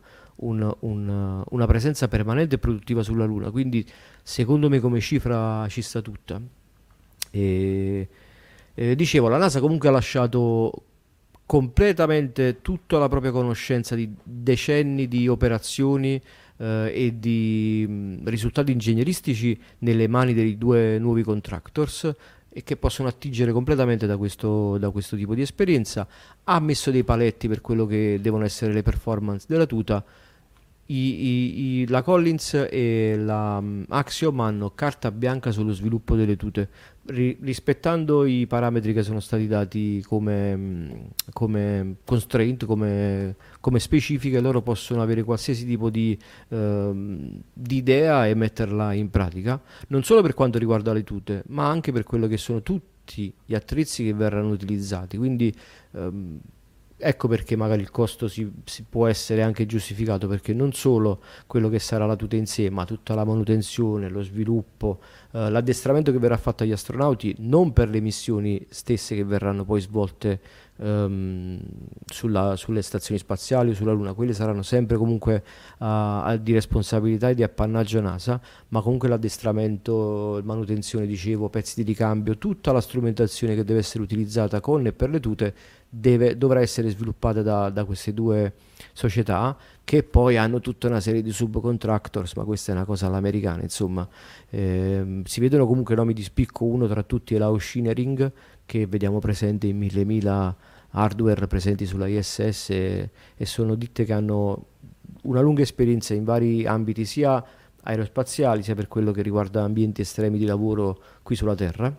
una presenza permanente e produttiva sulla Luna. Quindi secondo me come cifra ci sta tutta. E, dicevo, la NASA comunque ha lasciato completamente tutta la propria conoscenza di decenni di operazioni e di risultati ingegneristici nelle mani dei due nuovi contractors, e che possono attingere completamente da questo tipo di esperienza. Ha messo dei paletti per quello che devono essere le performance della tuta. La Collins e la Axiom hanno carta bianca sullo sviluppo delle tute, rispettando i parametri che sono stati dati come constraint, come specifiche. Loro possono avere qualsiasi tipo di idea e metterla in pratica, non solo per quanto riguarda le tute, ma anche per quello che sono tutti gli attrezzi che verranno utilizzati. Quindi ecco perché magari il costo si può essere anche giustificato, perché non solo quello che sarà la tuta in sé, ma tutta la manutenzione, lo sviluppo, l'addestramento che verrà fatto agli astronauti, non per le missioni stesse che verranno poi svolte sulle stazioni spaziali o sulla Luna. Quelle saranno sempre comunque di responsabilità e di appannaggio NASA, ma comunque l'addestramento, la manutenzione, dicevo, pezzi di ricambio, tutta la strumentazione che deve essere utilizzata con e per le tute dovrà essere sviluppata da queste due società, che poi hanno tutta una serie di subcontractors, ma questa è una cosa all'americana, insomma. Si vedono comunque nomi di spicco. Uno tra tutti è la Oceanering, che vediamo presente in mille hardware presenti sulla ISS, e sono ditte che hanno una lunga esperienza in vari ambiti, sia aerospaziali sia per quello che riguarda ambienti estremi di lavoro qui sulla Terra.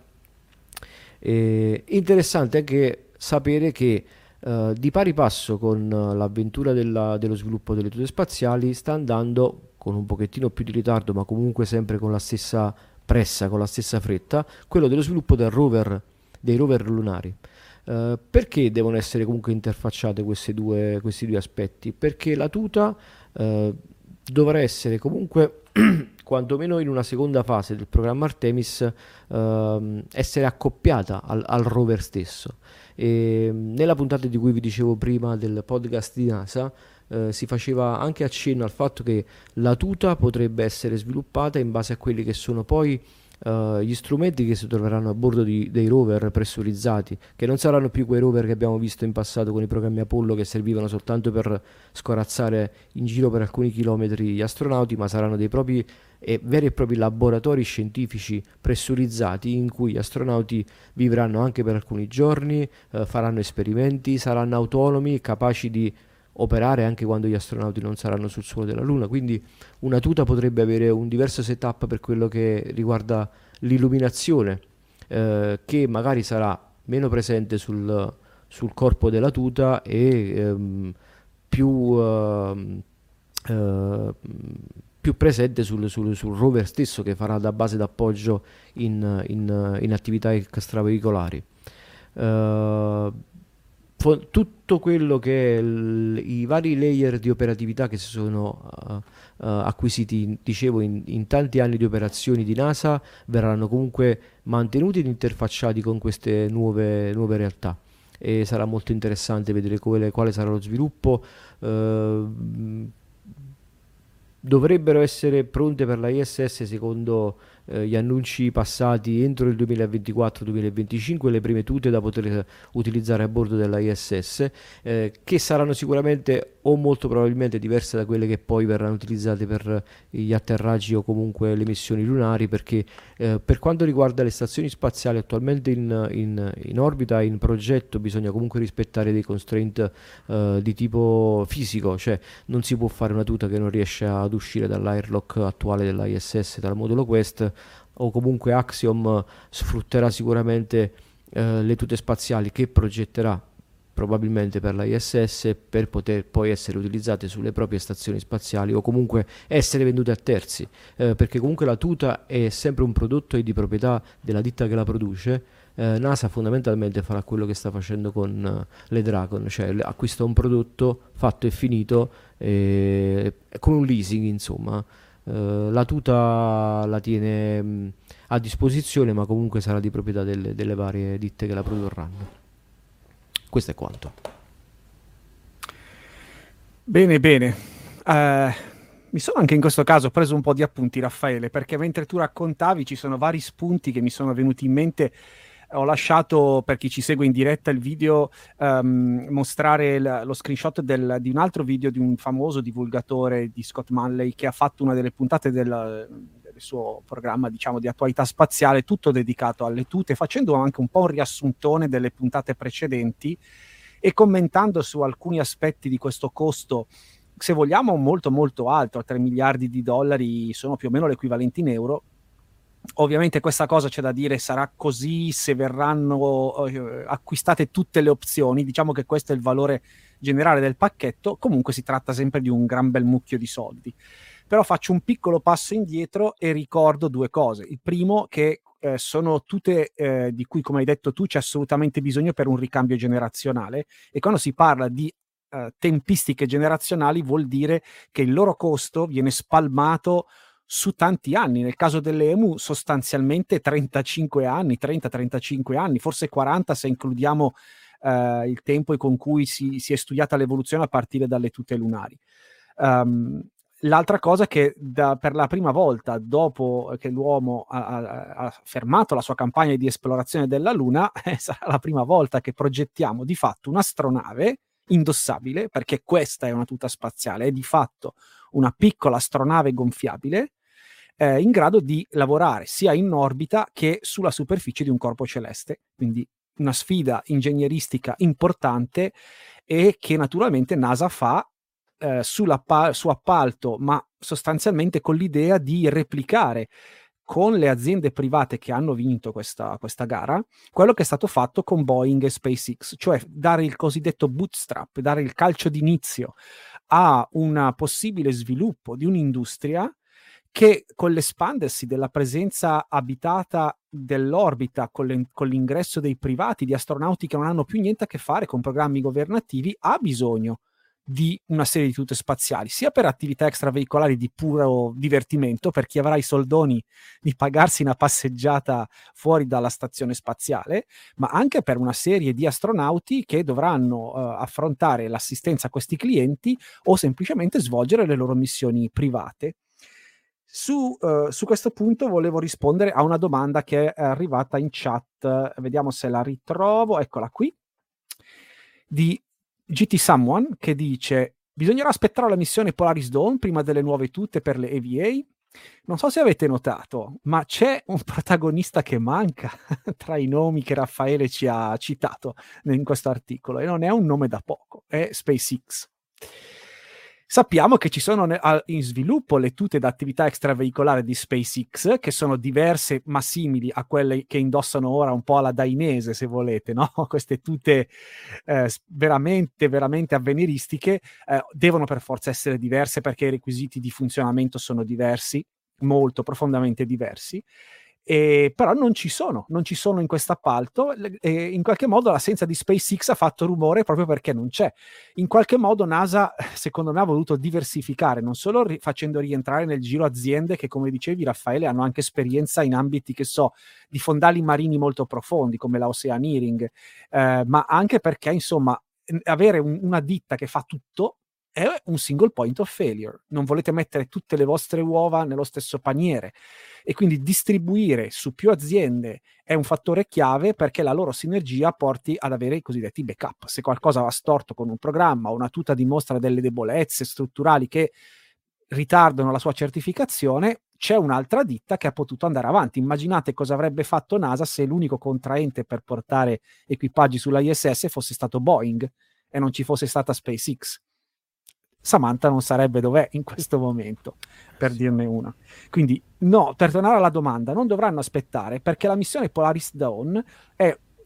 Interessante anche sapere che di pari passo con l'avventura dello sviluppo delle tute spaziali sta andando con un pochettino più di ritardo, ma comunque sempre con la stessa pressa, con la stessa fretta, quello dello sviluppo dei rover lunari. Perché devono essere comunque interfacciate questi due aspetti? Perché la tuta dovrà essere comunque quantomeno in una seconda fase del programma Artemis essere accoppiata al rover stesso. E nella puntata di cui vi dicevo prima del podcast di NASA si faceva anche accenno al fatto che la tuta potrebbe essere sviluppata in base a quelli che sono poi gli strumenti che si troveranno a bordo dei rover pressurizzati, che non saranno più quei rover che abbiamo visto in passato con i programmi Apollo, che servivano soltanto per scorazzare in giro per alcuni chilometri gli astronauti, ma saranno dei propri veri e propri laboratori scientifici pressurizzati, in cui gli astronauti vivranno anche per alcuni giorni, faranno esperimenti, saranno autonomi, capaci di operare anche quando gli astronauti non saranno sul suolo della Luna. Quindi una tuta potrebbe avere un diverso setup per quello che riguarda l'illuminazione, che magari sarà meno presente sul corpo della tuta e più presente sul rover stesso, che farà da base d'appoggio in attività extraveicolari. Tutto quello che i vari layer di operatività che si sono acquisiti, dicevo, in tanti anni di operazioni di NASA, verranno comunque mantenuti ed interfacciati con queste nuove realtà, e sarà molto interessante vedere quale sarà lo sviluppo. Dovrebbero essere pronte per la ISS, secondo gli annunci passati, entro il 2024-2025 le prime tute da poter utilizzare a bordo della ISS, che saranno sicuramente o molto probabilmente diverse da quelle che poi verranno utilizzate per gli atterraggi o comunque le missioni lunari, perché per quanto riguarda le stazioni spaziali attualmente in orbita e in progetto, bisogna comunque rispettare dei constraint di tipo fisico, cioè non si può fare una tuta che non riesce ad uscire dall'airlock attuale della ISS, dal modulo Quest, o comunque Axiom sfrutterà sicuramente le tute spaziali che progetterà probabilmente per la ISS, per poter poi essere utilizzate sulle proprie stazioni spaziali o comunque essere vendute a terzi, perché comunque la tuta è sempre un prodotto e di proprietà della ditta che la produce. NASA fondamentalmente farà quello che sta facendo con le Dragon, cioè acquista un prodotto fatto e finito, come un leasing, insomma. La tuta la tiene a disposizione, ma comunque sarà di proprietà delle varie ditte che la produrranno. Questo è quanto. Bene, bene. Mi sono anche in questo caso preso un po' di appunti, Raffaele, perché mentre tu raccontavi ci sono vari spunti che mi sono venuti in mente. Ho lasciato, per chi ci segue in diretta, il video, mostrare lo screenshot di un altro video di un famoso divulgatore di Scott Manley che ha fatto una delle puntate del suo programma, diciamo, di attualità spaziale, tutto dedicato alle tute, facendo anche un po' un riassuntone delle puntate precedenti e commentando su alcuni aspetti di questo costo, se vogliamo molto molto alto, a 3 miliardi di dollari, sono più o meno l'equivalente in euro. Ovviamente questa cosa, c'è da dire, sarà così se verranno acquistate tutte le opzioni. Diciamo che questo è il valore generale del pacchetto. Comunque si tratta sempre di un gran bel mucchio di soldi. Però faccio un piccolo passo indietro e ricordo due cose. Il primo, che sono tute di cui, come hai detto tu, c'è assolutamente bisogno per un ricambio generazionale, e quando si parla di tempistiche generazionali vuol dire che il loro costo viene spalmato su tanti anni. Nel caso delle EMU sostanzialmente 35 anni, 30-35 anni, forse 40 se includiamo il tempo con cui si è studiata l'evoluzione a partire dalle tute lunari. L'altra cosa è che per la prima volta dopo che l'uomo ha fermato la sua campagna di esplorazione della Luna, sarà la prima volta che progettiamo di fatto un'astronave indossabile, perché questa è una tuta spaziale, è di fatto una piccola astronave gonfiabile in grado di lavorare sia in orbita che sulla superficie di un corpo celeste. Quindi una sfida ingegneristica importante, e che naturalmente NASA fa su appalto, ma sostanzialmente con l'idea di replicare con le aziende private che hanno vinto questa gara quello che è stato fatto con Boeing e SpaceX, cioè dare il cosiddetto bootstrap, dare il calcio d'inizio a un possibile sviluppo di un'industria che, con l'espandersi della presenza abitata dell'orbita, con l'ingresso dei privati, di astronauti che non hanno più niente a che fare con programmi governativi, ha bisogno di una serie di tute spaziali, sia per attività extraveicolari di puro divertimento, per chi avrà i soldoni di pagarsi una passeggiata fuori dalla stazione spaziale, ma anche per una serie di astronauti che dovranno affrontare l'assistenza a questi clienti o semplicemente svolgere le loro missioni private. Su questo punto volevo rispondere a una domanda che è arrivata in chat, vediamo se la ritrovo, eccola qui, di GT Someone, che dice: bisognerà aspettare la missione Polaris Dawn prima delle nuove tute per le EVA? Non so se avete notato, ma c'è un protagonista che manca tra i nomi che Raffaele ci ha citato in questo articolo, e non è un nome da poco, è SpaceX. Sappiamo che ci sono in sviluppo le tute d'attività extraveicolare di SpaceX, che sono diverse ma simili a quelle che indossano ora un po' alla dainese, se volete, no? Queste tute veramente, veramente avveniristiche, devono per forza essere diverse, perché i requisiti di funzionamento sono diversi, molto profondamente diversi. Però non ci sono in questo appalto, e in qualche modo l'assenza di SpaceX ha fatto rumore proprio perché non c'è. In qualche modo NASA, secondo me, ha voluto diversificare, non solo facendo rientrare nel giro aziende che, come dicevi Raffaele, hanno anche esperienza in ambiti, che so, di fondali marini molto profondi come la Oceaneering, ma anche perché, insomma, avere una ditta che fa tutto è un single point of failure. Non volete mettere tutte le vostre uova nello stesso paniere, e quindi distribuire su più aziende è un fattore chiave perché la loro sinergia porti ad avere i cosiddetti backup. Se qualcosa va storto con un programma o una tuta dimostra delle debolezze strutturali che ritardano la sua certificazione, c'è un'altra ditta che ha potuto andare avanti. Immaginate cosa avrebbe fatto NASA se l'unico contraente per portare equipaggi sulla ISS fosse stato Boeing e non ci fosse stata SpaceX. Samantha non sarebbe dov'è in questo momento, per dirne una. Quindi no, per tornare alla domanda, non dovranno aspettare, perché la missione Polaris Dawn è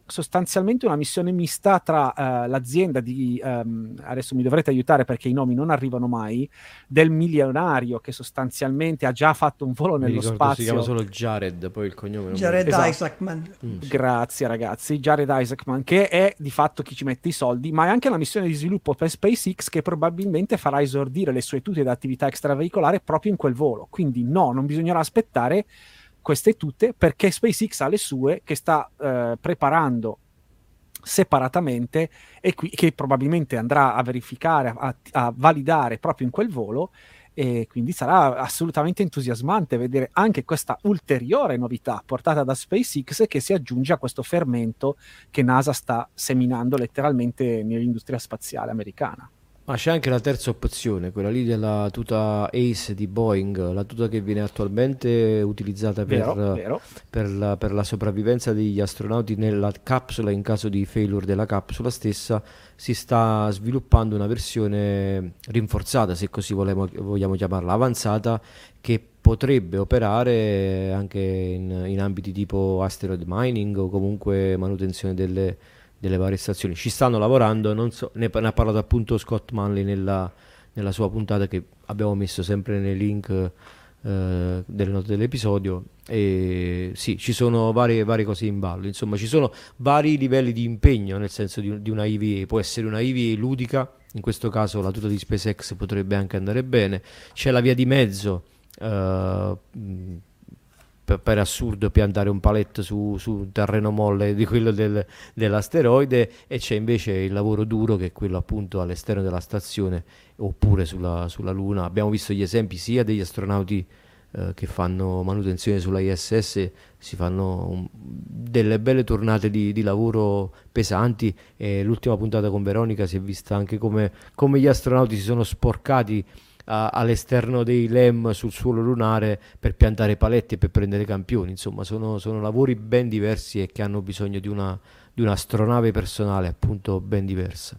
sostanzialmente una missione mista tra l'azienda di, adesso mi dovrete aiutare perché i nomi non arrivano mai, del milionario che sostanzialmente ha già fatto un volo Mi nello ricordo si chiama spazio. solo Jared, poi il cognome non me lo Jared ricordo. Esatto. Isaacman. Grazie ragazzi, Jared Isaacman, che è di fatto chi ci mette i soldi, ma è anche la missione di sviluppo per SpaceX che probabilmente farà esordire le sue tute d'attività extraveicolare proprio in quel volo. Quindi no, non bisognerà aspettare queste tute perché SpaceX ha le sue che sta preparando separatamente e che probabilmente andrà a verificare, a validare proprio in quel volo, e quindi sarà assolutamente entusiasmante vedere anche questa ulteriore novità portata da SpaceX che si aggiunge a questo fermento che NASA sta seminando letteralmente nell'industria spaziale americana. Ma c'è anche la terza opzione, quella lì della tuta Ace di Boeing, la tuta che viene attualmente utilizzata Vero. per la sopravvivenza degli astronauti nella capsula in caso di failure della capsula stessa. Si sta sviluppando una versione rinforzata, se così vogliamo chiamarla, avanzata, che potrebbe operare anche in ambiti tipo asteroid mining o comunque manutenzione delle varie stazioni. Ci stanno lavorando, non so, ne ha parlato appunto Scott Manley nella sua puntata che abbiamo messo sempre nei link delle note dell'episodio. E sì, ci sono varie cose in ballo, insomma ci sono vari livelli di impegno nel senso di una EVA. Può essere una EVA ludica, in questo caso la tuta di SpaceX potrebbe anche andare bene. C'è la via di mezzo, per assurdo, piantare un paletto su un terreno molle di quello dell'asteroide, e c'è invece il lavoro duro che è quello appunto all'esterno della stazione oppure sulla Luna. Abbiamo visto gli esempi sia degli astronauti che fanno manutenzione sulla ISS, si fanno delle belle tornate di lavoro pesanti, e l'ultima puntata con Veronica si è vista anche come gli astronauti si sono sporcati all'esterno dei LEM sul suolo lunare per piantare paletti e per prendere campioni. Insomma sono lavori ben diversi e che hanno bisogno di un'astronave personale appunto ben diversa.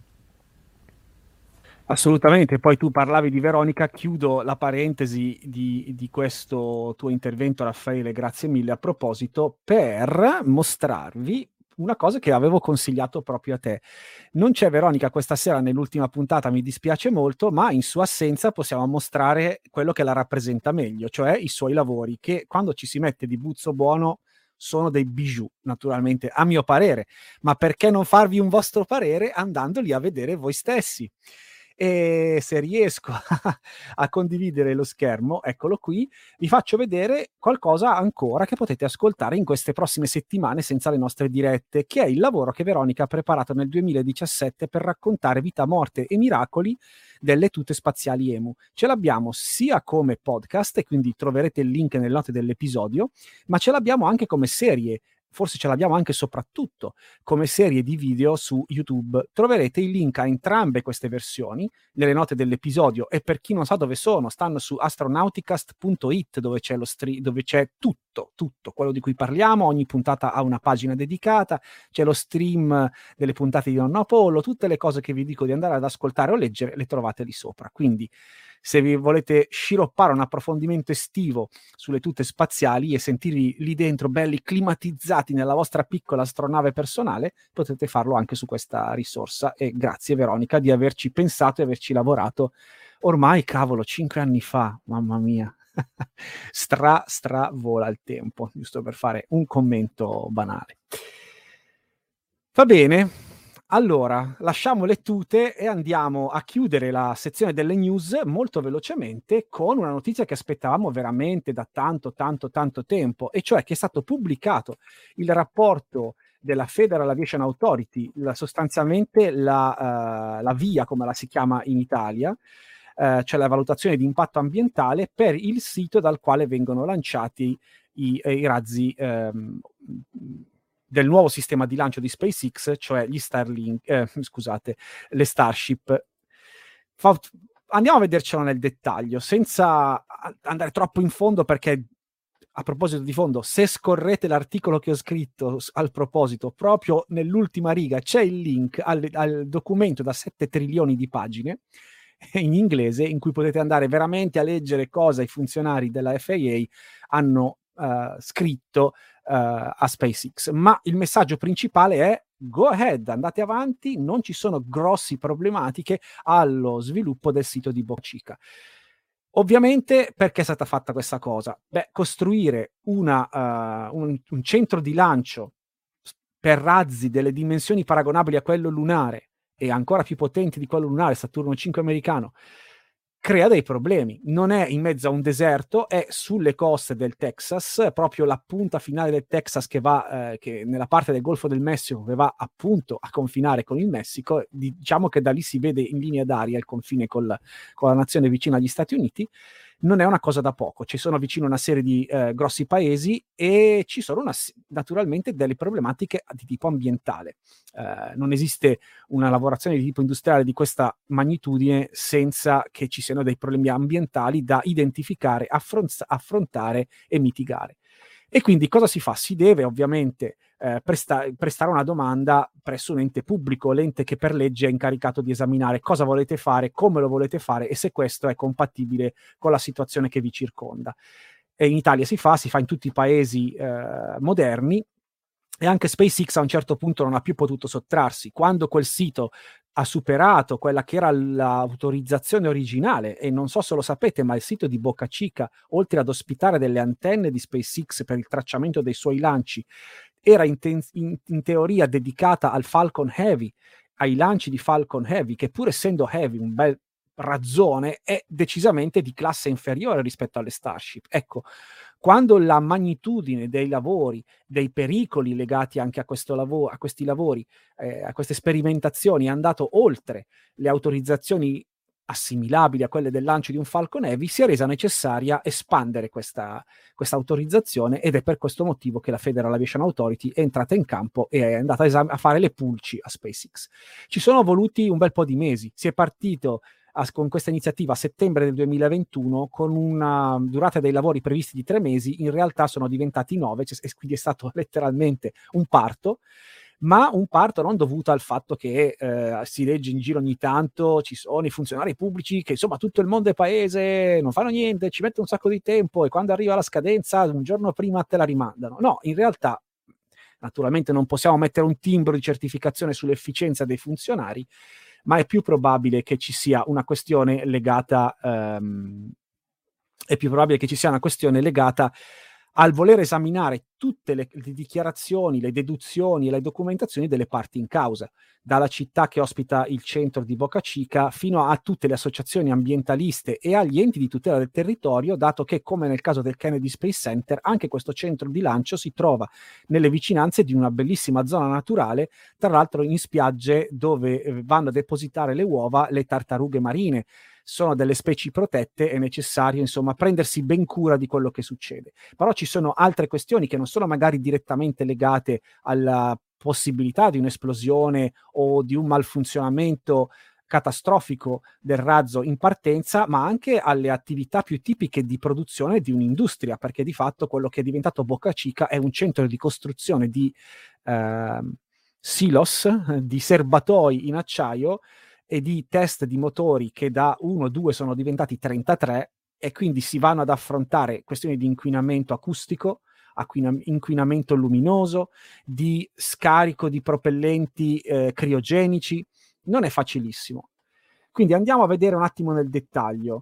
Assolutamente, poi tu parlavi di Veronica, chiudo la parentesi di questo tuo intervento, Raffaele, grazie mille a proposito, per mostrarvi una cosa che avevo consigliato proprio a te. Non c'è Veronica questa sera nell'ultima puntata, mi dispiace molto, ma in sua assenza possiamo mostrare quello che la rappresenta meglio, cioè i suoi lavori, che quando ci si mette di buzzo buono sono dei bijou, naturalmente, a mio parere, ma perché non farvi un vostro parere andandoli a vedere voi stessi? E se riesco a condividere lo schermo, eccolo qui, vi faccio vedere qualcosa ancora che potete ascoltare in queste prossime settimane senza le nostre dirette, che è il lavoro che Veronica ha preparato nel 2017 per raccontare vita, morte e miracoli delle tute spaziali EMU. Ce l'abbiamo sia come podcast, e quindi troverete il link nelle note dell'episodio, ma ce l'abbiamo anche come serie. Forse ce l'abbiamo anche soprattutto come serie di video su YouTube. Troverete il link a entrambe queste versioni nelle note dell'episodio, e per chi non sa dove sono, stanno su astronauticast.it, dove c'è dove c'è tutto quello di cui parliamo. Ogni puntata ha una pagina dedicata, c'è lo stream delle puntate di Nonno Apollo, tutte le cose che vi dico di andare ad ascoltare o leggere le trovate lì sopra. Quindi se vi volete sciroppare un approfondimento estivo sulle tute spaziali e sentirvi lì dentro belli climatizzati nella vostra piccola astronave personale, potete farlo anche su questa risorsa. E grazie Veronica di averci pensato e averci lavorato ormai, cavolo, 5 anni fa, mamma mia. Stra vola il tempo, giusto per fare un commento banale. Va bene. Allora, lasciamo le tute e andiamo a chiudere la sezione delle news molto velocemente con una notizia che aspettavamo veramente da tanto tempo, e cioè che è stato pubblicato il rapporto della Federal Aviation Authority, sostanzialmente la VIA, come la si chiama in Italia, cioè la valutazione di impatto ambientale per il sito dal quale vengono lanciati i razzi del nuovo sistema di lancio di SpaceX, cioè gli le Starship. Andiamo a vedercelo nel dettaglio, senza andare troppo in fondo, perché a proposito di fondo, se scorrete l'articolo che ho scritto al proposito, proprio nell'ultima riga c'è il link al documento da 7 trilioni di pagine in inglese, in cui potete andare veramente a leggere cosa i funzionari della FAA hanno scritto a SpaceX, ma il messaggio principale è: go ahead, andate avanti, non ci sono grossi problematiche allo sviluppo del sito di Boca Chica. Ovviamente, perché è stata fatta questa cosa? Beh, costruire un centro di lancio per razzi delle dimensioni paragonabili a quello lunare e ancora più potenti di quello lunare, Saturno 5 americano, crea dei problemi. Non è in mezzo a un deserto, è sulle coste del Texas, proprio la punta finale del Texas che va che nella parte del Golfo del Messico, che va appunto a confinare con il Messico. Diciamo che da lì si vede in linea d'aria il confine con la nazione vicina agli Stati Uniti. Non è una cosa da poco, ci sono vicino una serie di grossi paesi e ci sono naturalmente delle problematiche di tipo ambientale. Non esiste una lavorazione di tipo industriale di questa magnitudine senza che ci siano dei problemi ambientali da identificare, affrontare e mitigare. E quindi cosa si fa? Si deve ovviamente prestare una domanda presso un ente pubblico, l'ente che per legge è incaricato di esaminare cosa volete fare, come lo volete fare e se questo è compatibile con la situazione che vi circonda. E in Italia si fa in tutti i paesi moderni, e anche SpaceX a un certo punto non ha più potuto sottrarsi. Quando quel sito ha superato quella che era l'autorizzazione originale, e non so se lo sapete, ma il sito di Boca Chica, oltre ad ospitare delle antenne di SpaceX per il tracciamento dei suoi lanci, era in teoria dedicata al Falcon Heavy, ai lanci di Falcon Heavy, che pur essendo Heavy un bel razzone, è decisamente di classe inferiore rispetto alle Starship. Ecco, quando la magnitudine dei lavori, dei pericoli legati anche a questo lavoro, a questi lavori, a queste sperimentazioni è andato oltre le autorizzazioni assimilabili a quelle del lancio di un Falcon Heavy, si è resa necessaria espandere questa autorizzazione, ed è per questo motivo che la Federal Aviation Authority è entrata in campo e è andata a fare le pulci a SpaceX. Ci sono voluti un bel po' di mesi, si è partito con questa iniziativa a settembre del 2021 con una durata dei lavori previsti di 3 mesi, in realtà sono diventati 9, e quindi è stato letteralmente un parto, ma un parto non dovuto al fatto che si legge in giro ogni tanto, ci sono i funzionari pubblici che insomma tutto il mondo è paese, non fanno niente, ci mette un sacco di tempo e quando arriva la scadenza un giorno prima te la rimandano. No, in realtà naturalmente non possiamo mettere un timbro di certificazione sull'efficienza dei funzionari, ma è più probabile che ci sia una questione legata al voler esaminare tutte le dichiarazioni, le deduzioni e le documentazioni delle parti in causa, dalla città che ospita il centro di Boca Chica fino a tutte le associazioni ambientaliste e agli enti di tutela del territorio, dato che, come nel caso del Kennedy Space Center, anche questo centro di lancio si trova nelle vicinanze di una bellissima zona naturale, tra l'altro in spiagge dove vanno a depositare le uova le tartarughe marine. Sono delle specie protette, è necessario insomma prendersi ben cura di quello che succede. Però ci sono altre questioni che non sono magari direttamente legate alla possibilità di un'esplosione o di un malfunzionamento catastrofico del razzo in partenza, ma anche alle attività più tipiche di produzione di un'industria, perché di fatto quello che è diventato Boca Chica è un centro di costruzione di silos, di serbatoi in acciaio e di test di motori che da 1-2 sono diventati 33, e quindi si vanno ad affrontare questioni di inquinamento acustico, inquinamento luminoso, di scarico di propellenti criogenici. Non è facilissimo. Quindi andiamo a vedere un attimo nel dettaglio.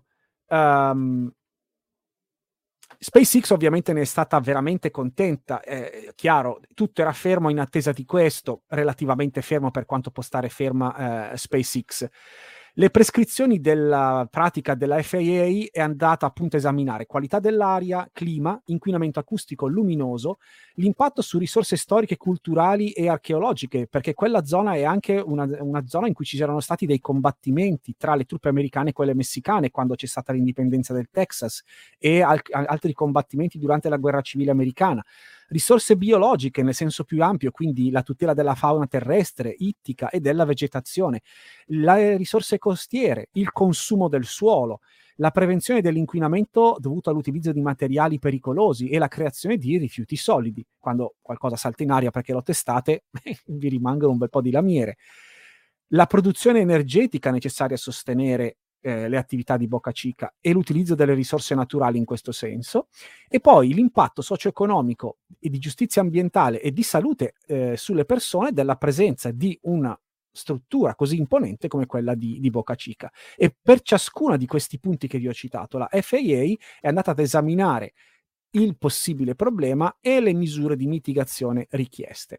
SpaceX ovviamente ne è stata veramente contenta, chiaro, tutto era fermo in attesa di questo, relativamente fermo per quanto può stare ferma SpaceX. Le prescrizioni della pratica della FAA è andata appunto a esaminare qualità dell'aria, clima, inquinamento acustico, luminoso, l'impatto su risorse storiche, culturali e archeologiche, perché quella zona è anche una zona in cui ci erano stati dei combattimenti tra le truppe americane e quelle messicane quando c'è stata l'indipendenza del Texas, e altri combattimenti durante la guerra civile americana. Risorse biologiche nel senso più ampio, quindi la tutela della fauna terrestre, ittica e della vegetazione, le risorse costiere, il consumo del suolo, la prevenzione dell'inquinamento dovuto all'utilizzo di materiali pericolosi e la creazione di rifiuti solidi. Quando qualcosa salta in aria perché lo testate, vi rimangono un bel po' di lamiere. La produzione energetica necessaria a sostenere le attività di Boca Chica e l'utilizzo delle risorse naturali in questo senso, e poi l'impatto socio-economico e di giustizia ambientale e di salute sulle persone della presenza di una struttura così imponente come quella di Boca Chica. E per ciascuna di questi punti che vi ho citato, la FAA è andata ad esaminare il possibile problema e le misure di mitigazione richieste.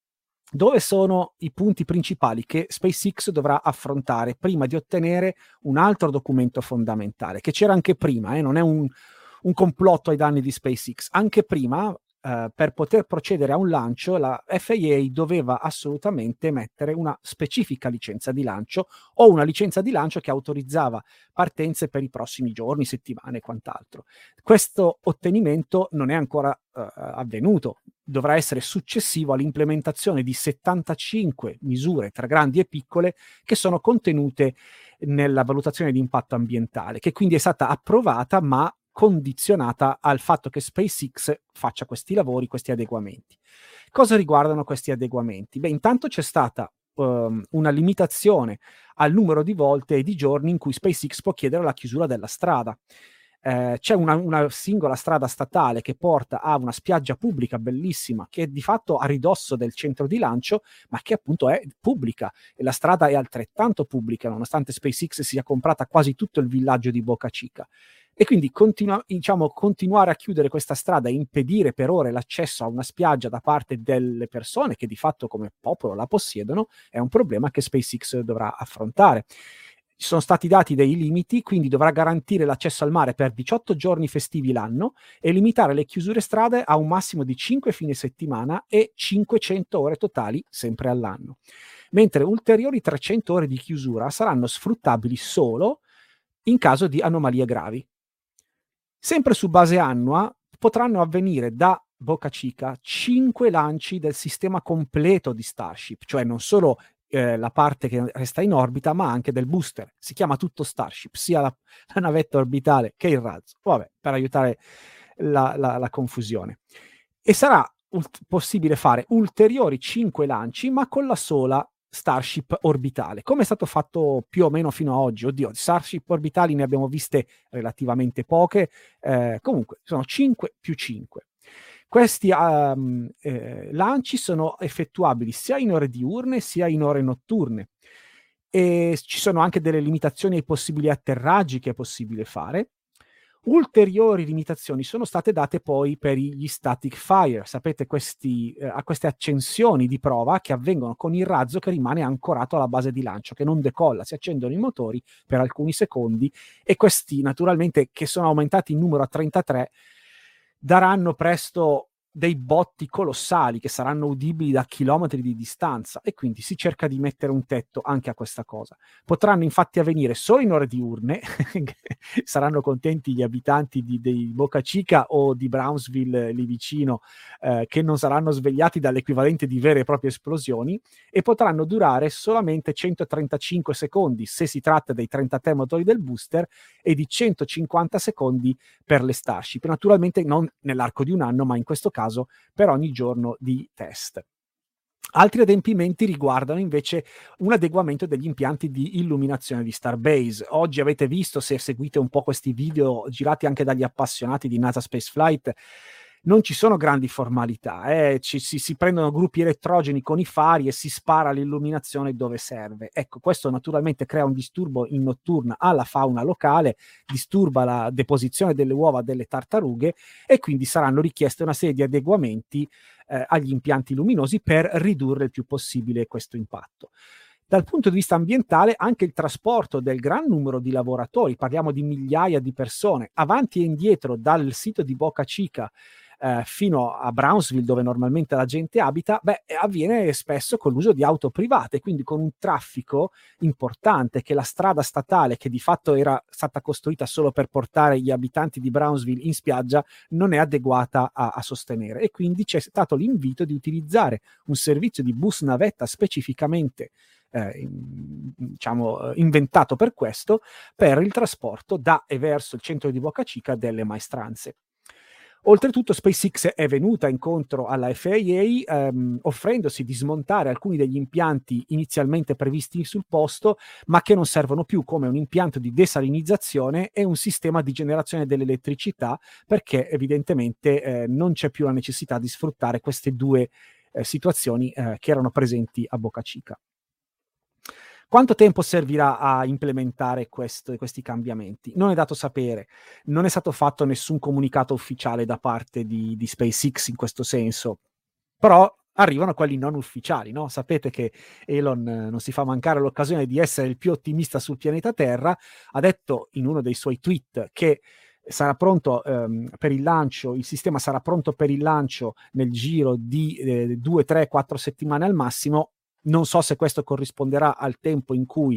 Dove sono i punti principali che SpaceX dovrà affrontare prima di ottenere un altro documento fondamentale, che c'era anche prima, non è un complotto ai danni di SpaceX. Anche prima, per poter procedere a un lancio, la FAA doveva assolutamente emettere una specifica licenza di lancio o una licenza di lancio che autorizzava partenze per i prossimi giorni, settimane e quant'altro. Questo ottenimento non è ancora avvenuto. Dovrà essere successivo all'implementazione di 75 misure tra grandi e piccole che sono contenute nella valutazione di impatto ambientale, che quindi è stata approvata ma condizionata al fatto che SpaceX faccia questi lavori, questi adeguamenti. Cosa riguardano questi adeguamenti? Beh, intanto c'è stata una limitazione al numero di volte e di giorni in cui SpaceX può chiedere la chiusura della strada. C'è una singola strada statale che porta a una spiaggia pubblica bellissima che è di fatto a ridosso del centro di lancio, ma che appunto è pubblica, e la strada è altrettanto pubblica nonostante SpaceX sia comprata quasi tutto il villaggio di Boca Chica. E quindi continuare a chiudere questa strada e impedire per ore l'accesso a una spiaggia da parte delle persone che di fatto come popolo la possiedono è un problema che SpaceX dovrà affrontare. Ci sono stati dati dei limiti, quindi dovrà garantire l'accesso al mare per 18 giorni festivi l'anno e limitare le chiusure strade a un massimo di 5 fine settimana e 500 ore totali sempre all'anno. Mentre ulteriori 300 ore di chiusura saranno sfruttabili solo in caso di anomalie gravi. Sempre su base annua potranno avvenire da Boca Chica 5 lanci del sistema completo di Starship, cioè non solo la parte che resta in orbita, ma anche del booster. Si chiama tutto Starship, sia la navetta orbitale che il razzo. Vabbè, per aiutare la confusione. E sarà possibile fare ulteriori 5 lanci, ma con la sola Starship orbitale, come è stato fatto più o meno fino a oggi. Oddio, Starship orbitali ne abbiamo viste relativamente poche, comunque sono 5 più 5. Questi lanci sono effettuabili sia in ore diurne sia in ore notturne, e ci sono anche delle limitazioni ai possibili atterraggi che è possibile fare. Ulteriori limitazioni sono state date poi per gli static fire, sapete, queste accensioni di prova che avvengono con il razzo che rimane ancorato alla base di lancio, che non decolla, si accendono i motori per alcuni secondi, e questi naturalmente, che sono aumentati in numero a 33, daranno presto dei botti colossali che saranno udibili da chilometri di distanza, e quindi si cerca di mettere un tetto anche a questa cosa. Potranno infatti avvenire solo in ore diurne, saranno contenti gli abitanti di Boca Chica o di Brownsville lì vicino, che non saranno svegliati dall'equivalente di vere e proprie esplosioni, e potranno durare solamente 135 secondi se si tratta dei 33 motori del booster e di 150 secondi per le Starship, naturalmente non nell'arco di un anno, ma in questo caso per ogni giorno di test. Altri adempimenti riguardano invece un adeguamento degli impianti di illuminazione di Starbase. Oggi avete visto, se seguite un po' questi video girati anche dagli appassionati di NASA Spaceflight, non ci sono grandi formalità, si prendono gruppi elettrogeni con i fari e si spara l'illuminazione dove serve. Ecco, questo naturalmente crea un disturbo in notturna alla fauna locale, disturba la deposizione delle uova delle tartarughe, e quindi saranno richieste una serie di adeguamenti agli impianti luminosi per ridurre il più possibile questo impatto. Dal punto di vista ambientale, anche il trasporto del gran numero di lavoratori, parliamo di migliaia di persone, avanti e indietro dal sito di Boca Chica fino a Brownsville, dove normalmente la gente abita, avviene spesso con l'uso di auto private, quindi con un traffico importante che la strada statale, che di fatto era stata costruita solo per portare gli abitanti di Brownsville in spiaggia, non è adeguata a sostenere. E quindi c'è stato l'invito di utilizzare un servizio di bus navetta specificamente inventato per questo, per il trasporto da e verso il centro di Boca Chica delle maestranze. Oltretutto SpaceX è venuta incontro alla FAA offrendosi di smontare alcuni degli impianti inizialmente previsti sul posto, ma che non servono più, come un impianto di desalinizzazione e un sistema di generazione dell'elettricità, perché evidentemente non c'è più la necessità di sfruttare queste due situazioni che erano presenti a Boca Chica. Quanto tempo servirà a implementare questi cambiamenti? Non è dato sapere, non è stato fatto nessun comunicato ufficiale da parte di SpaceX in questo senso, però arrivano quelli non ufficiali, no? Sapete che Elon non si fa mancare l'occasione di essere il più ottimista sul pianeta Terra, ha detto in uno dei suoi tweet che sarà pronto per il lancio, il sistema sarà pronto per il lancio nel giro di 2, 3, 4 settimane al massimo. Non so se questo corrisponderà al tempo in cui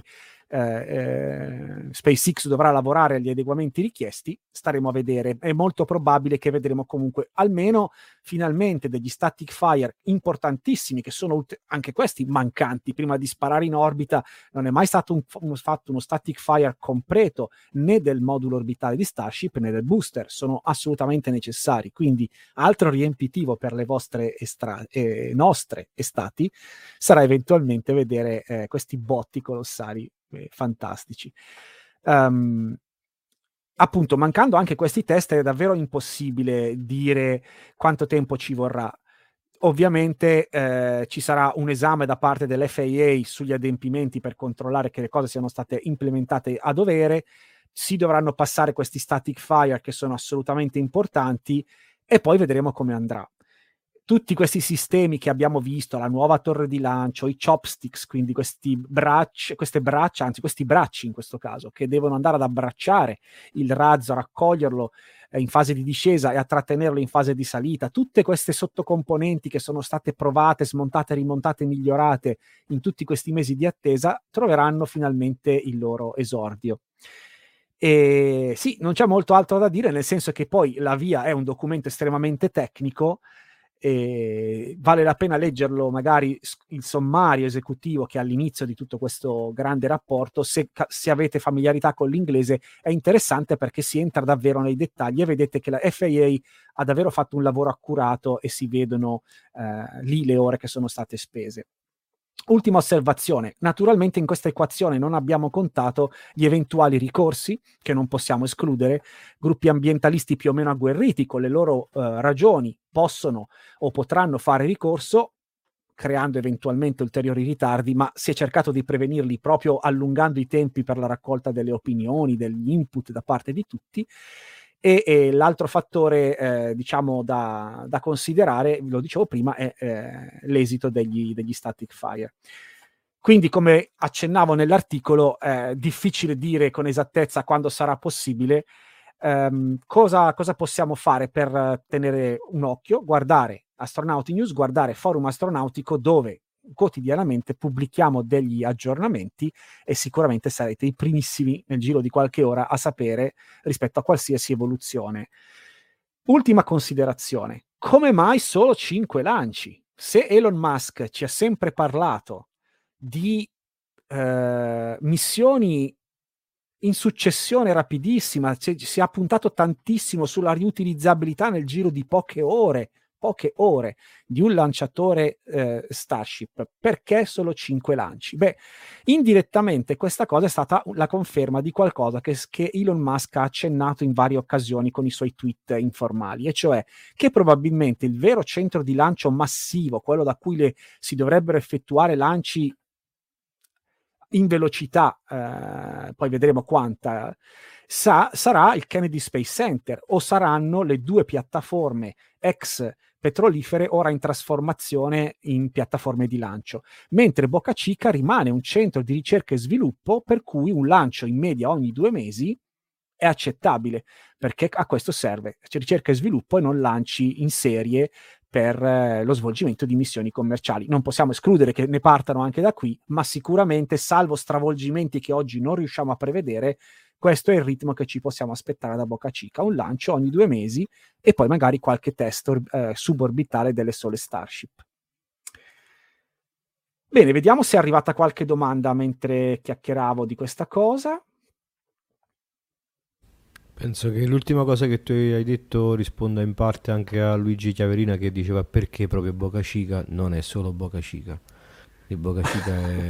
SpaceX dovrà lavorare agli adeguamenti richiesti, staremo a vedere. È molto probabile che vedremo comunque almeno finalmente degli static fire importantissimi, che sono anche questi mancanti. Prima di sparare in orbita non è mai stato fatto uno static fire completo né del modulo orbitale di Starship né del booster, sono assolutamente necessari, quindi altro riempitivo per le vostre nostre estati sarà eventualmente vedere questi botti colossali fantastici. Appunto, mancando anche questi test è davvero impossibile dire quanto tempo ci vorrà. Ovviamente ci sarà un esame da parte dell'FAA sugli adempimenti per controllare che le cose siano state implementate a dovere, si dovranno passare questi static fire che sono assolutamente importanti e poi vedremo come andrà. Tutti questi sistemi che abbiamo visto, la nuova torre di lancio, i chopsticks, quindi questi bracci in questo caso, che devono andare ad abbracciare il razzo, a raccoglierlo in fase di discesa e a trattenerlo in fase di salita, tutte queste sottocomponenti che sono state provate, smontate, rimontate, migliorate in tutti questi mesi di attesa, troveranno finalmente il loro esordio. E sì, non c'è molto altro da dire, nel senso che poi la VIA è un documento estremamente tecnico, e vale la pena leggerlo, magari il sommario esecutivo che è all'inizio di tutto questo grande rapporto. Se avete familiarità con l'inglese è interessante, perché si entra davvero nei dettagli e vedete che la FAA ha davvero fatto un lavoro accurato e si vedono lì le ore che sono state spese. Ultima osservazione: naturalmente in questa equazione non abbiamo contato gli eventuali ricorsi, che non possiamo escludere. Gruppi ambientalisti più o meno agguerriti con le loro ragioni possono o potranno fare ricorso, creando eventualmente ulteriori ritardi, ma si è cercato di prevenirli proprio allungando i tempi per la raccolta delle opinioni, degli input da parte di tutti. E l'altro fattore diciamo da considerare, lo dicevo prima, è l'esito degli static fire. Quindi, come accennavo nell'articolo, è difficile dire con esattezza quando sarà possibile. Cosa possiamo fare per tenere un occhio? Guardare Astronauti News, guardare Forum Astronautico, dove quotidianamente pubblichiamo degli aggiornamenti e sicuramente sarete i primissimi nel giro di qualche ora a sapere rispetto a qualsiasi evoluzione. Ultima considerazione: come mai solo 5 lanci? Se Elon Musk ci ha sempre parlato di missioni in successione rapidissima, si è puntato tantissimo sulla riutilizzabilità nel giro di poche ore di un lanciatore Starship, perché solo 5 lanci? Beh, indirettamente questa cosa è stata la conferma di qualcosa che Elon Musk ha accennato in varie occasioni con i suoi tweet informali, e cioè che probabilmente il vero centro di lancio massivo, quello da cui si dovrebbero effettuare lanci in velocità, poi vedremo quanta, sarà il Kennedy Space Center, o saranno le due piattaforme ex petrolifere ora in trasformazione in piattaforme di lancio, mentre Boca Chica rimane un centro di ricerca e sviluppo, per cui un lancio in media ogni 2 mesi è accettabile, perché a questo serve ricerca e sviluppo e non lanci in serie per lo svolgimento di missioni commerciali. Non possiamo escludere che ne partano anche da qui, ma sicuramente, salvo stravolgimenti che oggi non riusciamo a prevedere, questo è il ritmo che ci possiamo aspettare da Boca Chica: un lancio ogni 2 mesi e poi magari qualche test suborbitale delle sole Starship. Bene, vediamo se è arrivata qualche domanda mentre chiacchieravo di questa cosa. Penso che l'ultima cosa che tu hai detto risponda in parte anche a Luigi Chiaverina che diceva perché proprio Boca Chica. Non è solo Boca Chica, il Boca Chica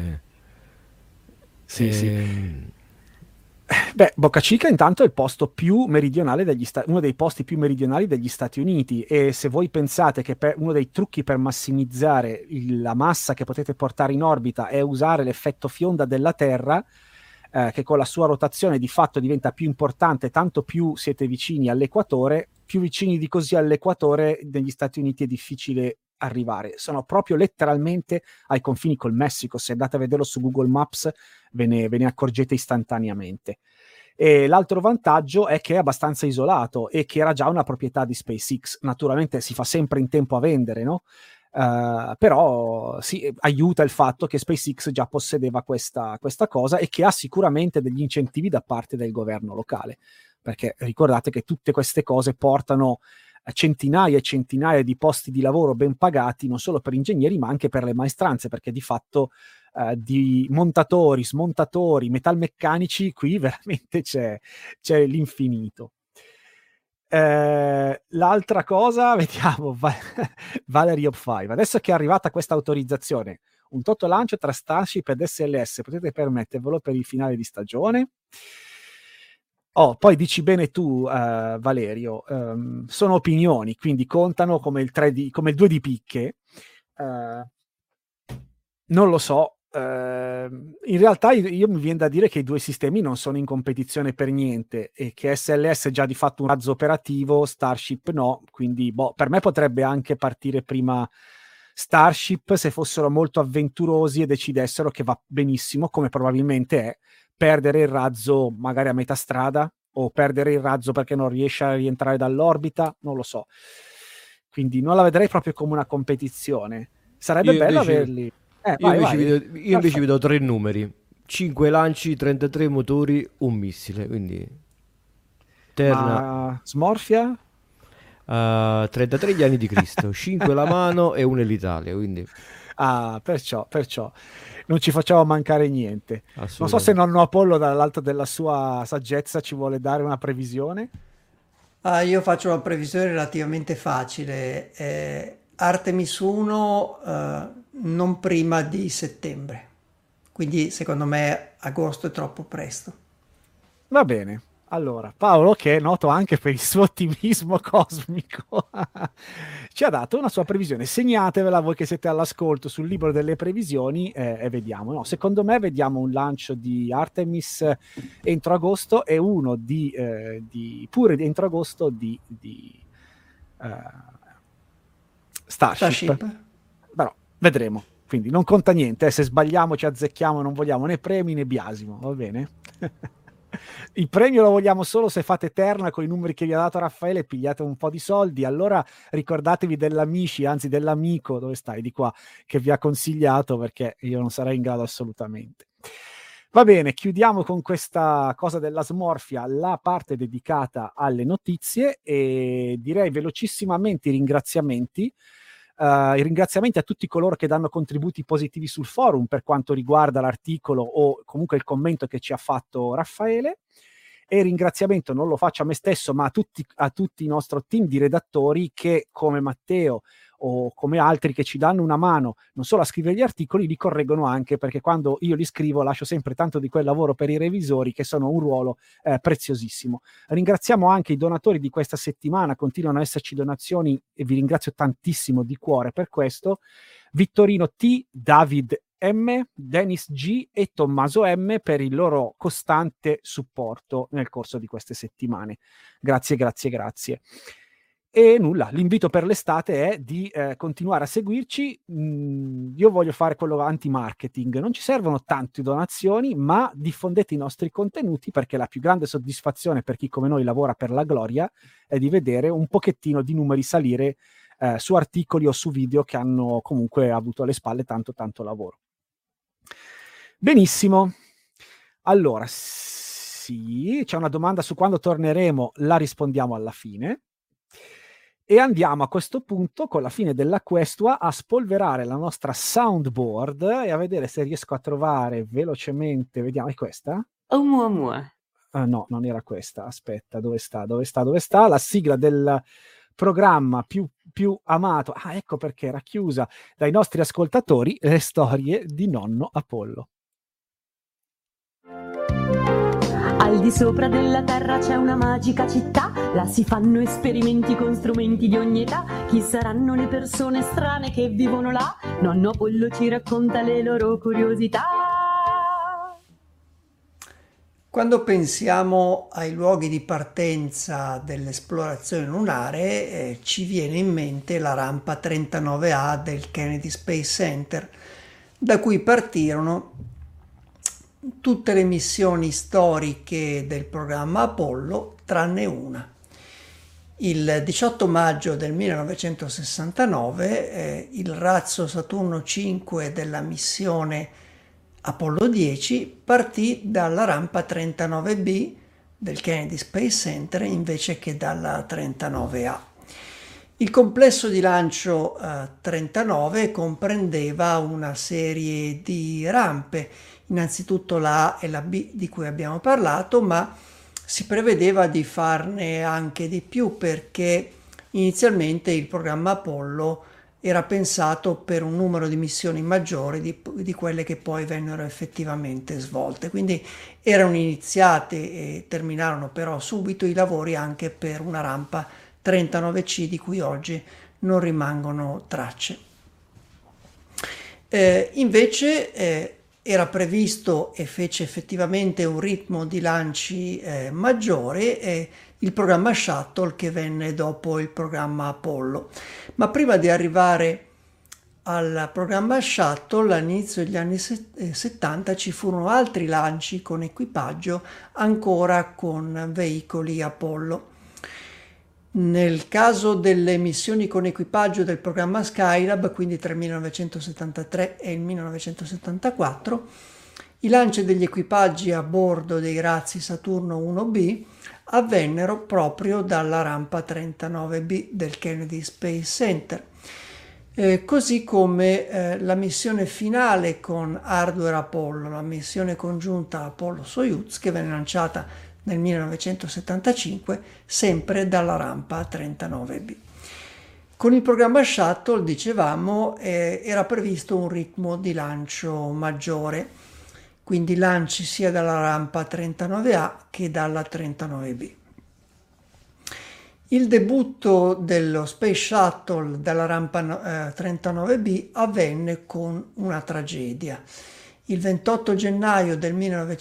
Sì, sì. è- Beh, Boca Chica intanto è il posto più meridionale uno dei posti più meridionali degli Stati Uniti, e se voi pensate che uno dei trucchi per massimizzare la massa che potete portare in orbita è usare l'effetto fionda della Terra, che con la sua rotazione di fatto diventa più importante, tanto più siete vicini all'equatore, più vicini di così all'equatore negli Stati Uniti è difficile arrivare. Sono proprio letteralmente ai confini col Messico. Se andate a vederlo su Google Maps ve ne accorgete istantaneamente. E l'altro vantaggio è che è abbastanza isolato e che era già una proprietà di SpaceX. Naturalmente si fa sempre in tempo a vendere, no? Però sì, aiuta il fatto che SpaceX già possedeva questa cosa e che ha sicuramente degli incentivi da parte del governo locale, perché ricordate che tutte queste cose portano a centinaia e centinaia di posti di lavoro ben pagati, non solo per ingegneri ma anche per le maestranze, perché di fatto di montatori, smontatori, metalmeccanici qui veramente c'è l'infinito. L'altra cosa, vediamo, Valerie of Five. Adesso che è arrivata questa autorizzazione, un toto lancio tra Starship ed SLS, potete permettervelo per il finale di stagione? Oh, poi dici bene tu, Valerio, sono opinioni, quindi contano come come il 2 di picche. Non lo so. In realtà io mi viene da dire che i due sistemi non sono in competizione per niente e che SLS è già di fatto un razzo operativo, Starship no, quindi per me potrebbe anche partire prima Starship se fossero molto avventurosi e decidessero che va benissimo, come probabilmente è, perdere il razzo magari a metà strada o perdere il razzo perché non riesce a rientrare dall'orbita, non lo so. Quindi non la vedrei proprio come una competizione. Sarebbe Io bello invece, averli. Vai. io invece vi do tre numeri: 5 lanci, 33 motori, un missile. Quindi Terna, Ma smorfia? 33 gli anni di Cristo, 5 la mano e 1 l'Italia. Quindi Perciò non ci facciamo mancare niente. Non so se assolutamente. nonno Apollo dall'alto della sua saggezza ci vuole dare una previsione. Io faccio una previsione relativamente facile. Artemis 1 non prima di settembre, quindi secondo me agosto è troppo presto. Va bene. Allora, Paolo, che è noto anche per il suo ottimismo cosmico, ci ha dato una sua previsione. Segnatevela voi che siete all'ascolto sul libro delle previsioni e vediamo. No, secondo me vediamo un lancio di Artemis entro agosto e uno pure entro agosto di eh, Starship. Starship? Però vedremo. Quindi non conta niente, se sbagliamo ci azzecchiamo, non vogliamo né premi né biasimo, va bene? Il premio lo vogliamo solo se fate terna con i numeri che vi ha dato Raffaele e pigliate un po' di soldi. Allora ricordatevi dell'amici, anzi dell'amico, dove stai di qua, che vi ha consigliato, perché io non sarei in grado assolutamente. Va bene, chiudiamo con questa cosa della smorfia la parte dedicata alle notizie e direi velocissimamente i ringraziamenti. I ringraziamenti a tutti coloro che danno contributi positivi sul forum per quanto riguarda l'articolo o comunque il commento che ci ha fatto Raffaele. E il ringraziamento non lo faccio a me stesso, ma a tutti il nostro team di redattori che, come Matteo o come altri che ci danno una mano non solo a scrivere gli articoli, li correggono anche, perché quando io li scrivo lascio sempre tanto di quel lavoro per i revisori, che sono un ruolo preziosissimo. Ringraziamo anche i donatori di questa settimana, continuano ad esserci donazioni e vi ringrazio tantissimo di cuore per questo. Vittorino T, David M, Dennis G e Tommaso M per il loro costante supporto nel corso di queste settimane. Grazie. E nulla, l'invito per l'estate è di continuare a seguirci. Io voglio fare quello anti-marketing, non ci servono tante donazioni, ma diffondete i nostri contenuti, perché la più grande soddisfazione per chi come noi lavora per la gloria è di vedere un pochettino di numeri salire su articoli o su video che hanno comunque avuto alle spalle tanto lavoro. Benissimo. Allora, sì, c'è una domanda su quando torneremo, la rispondiamo alla fine. E andiamo a questo punto, con la fine della questua, a spolverare la nostra soundboard e a vedere se riesco a trovare velocemente. Vediamo, è questa? Oumuamua. no, non era questa, aspetta, dove sta? La sigla del programma più amato, ecco perché era chiusa dai nostri ascoltatori, le storie di nonno Apollo. Al di sopra della terra c'è una magica città, là si fanno esperimenti con strumenti di ogni età. Chi saranno le persone strane che vivono là? Nonno Apollo ci racconta le loro curiosità. Quando pensiamo ai luoghi di partenza dell'esplorazione lunare, ci viene in mente la rampa 39A del Kennedy Space Center, da cui partirono tutte le missioni storiche del programma Apollo, tranne una. Il 18 maggio del 1969 il razzo Saturno 5 della missione Apollo 10 partì dalla rampa 39B del Kennedy Space Center invece che dalla 39A. Il complesso di lancio 39 comprendeva una serie di rampe, innanzitutto la A e la B di cui abbiamo parlato, ma si prevedeva di farne anche di più perché inizialmente il programma Apollo era pensato per un numero di missioni maggiore di quelle che poi vennero effettivamente svolte. Quindi erano iniziati e terminarono però subito i lavori anche per una rampa 39C di cui oggi non rimangono tracce. Invece era previsto e fece effettivamente un ritmo di lanci maggiore il programma Shuttle che venne dopo il programma Apollo. Ma prima di arrivare al programma Shuttle, all'inizio degli anni 70 ci furono altri lanci con equipaggio ancora con veicoli Apollo. Nel caso delle missioni con equipaggio del programma Skylab, quindi tra il 1973 e il 1974, i lanci degli equipaggi a bordo dei razzi Saturno 1B avvennero proprio dalla rampa 39B del Kennedy Space Center, così come la missione finale con hardware Apollo, la missione congiunta Apollo-Soyuz che venne lanciata nel 1975 sempre dalla rampa 39B. Con il programma Shuttle, dicevamo, era previsto un ritmo di lancio maggiore, quindi lanci sia dalla rampa 39A che dalla 39B. Il debutto dello Space Shuttle dalla rampa 39B avvenne con una tragedia. Il 28 gennaio del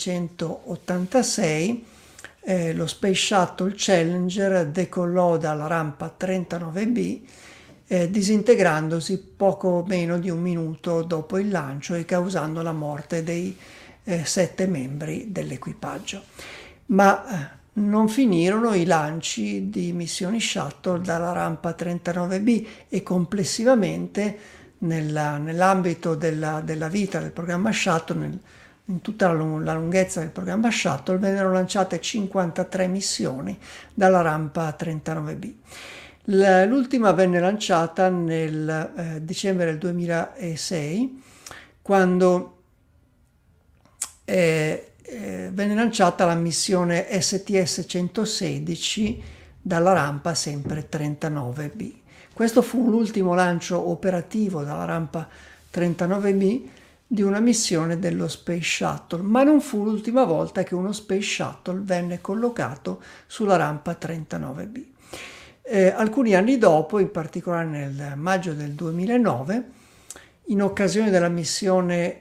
1986 lo Space Shuttle Challenger decollò dalla rampa 39B disintegrandosi poco meno di un minuto dopo il lancio e causando la morte dei 7 membri dell'equipaggio. Ma non finirono i lanci di missioni shuttle dalla rampa 39B e complessivamente nell'ambito della vita del programma Shuttle, in tutta la lunghezza del programma Shuttle, vennero lanciate 53 missioni dalla rampa 39B. L'ultima venne lanciata nel dicembre del 2006, quando venne lanciata la missione STS-116 dalla rampa sempre 39B. Questo fu l'ultimo lancio operativo dalla rampa 39B di una missione dello Space Shuttle, ma non fu l'ultima volta che uno Space Shuttle venne collocato sulla rampa 39B. Alcuni anni dopo, in particolare nel maggio del 2009, in occasione della missione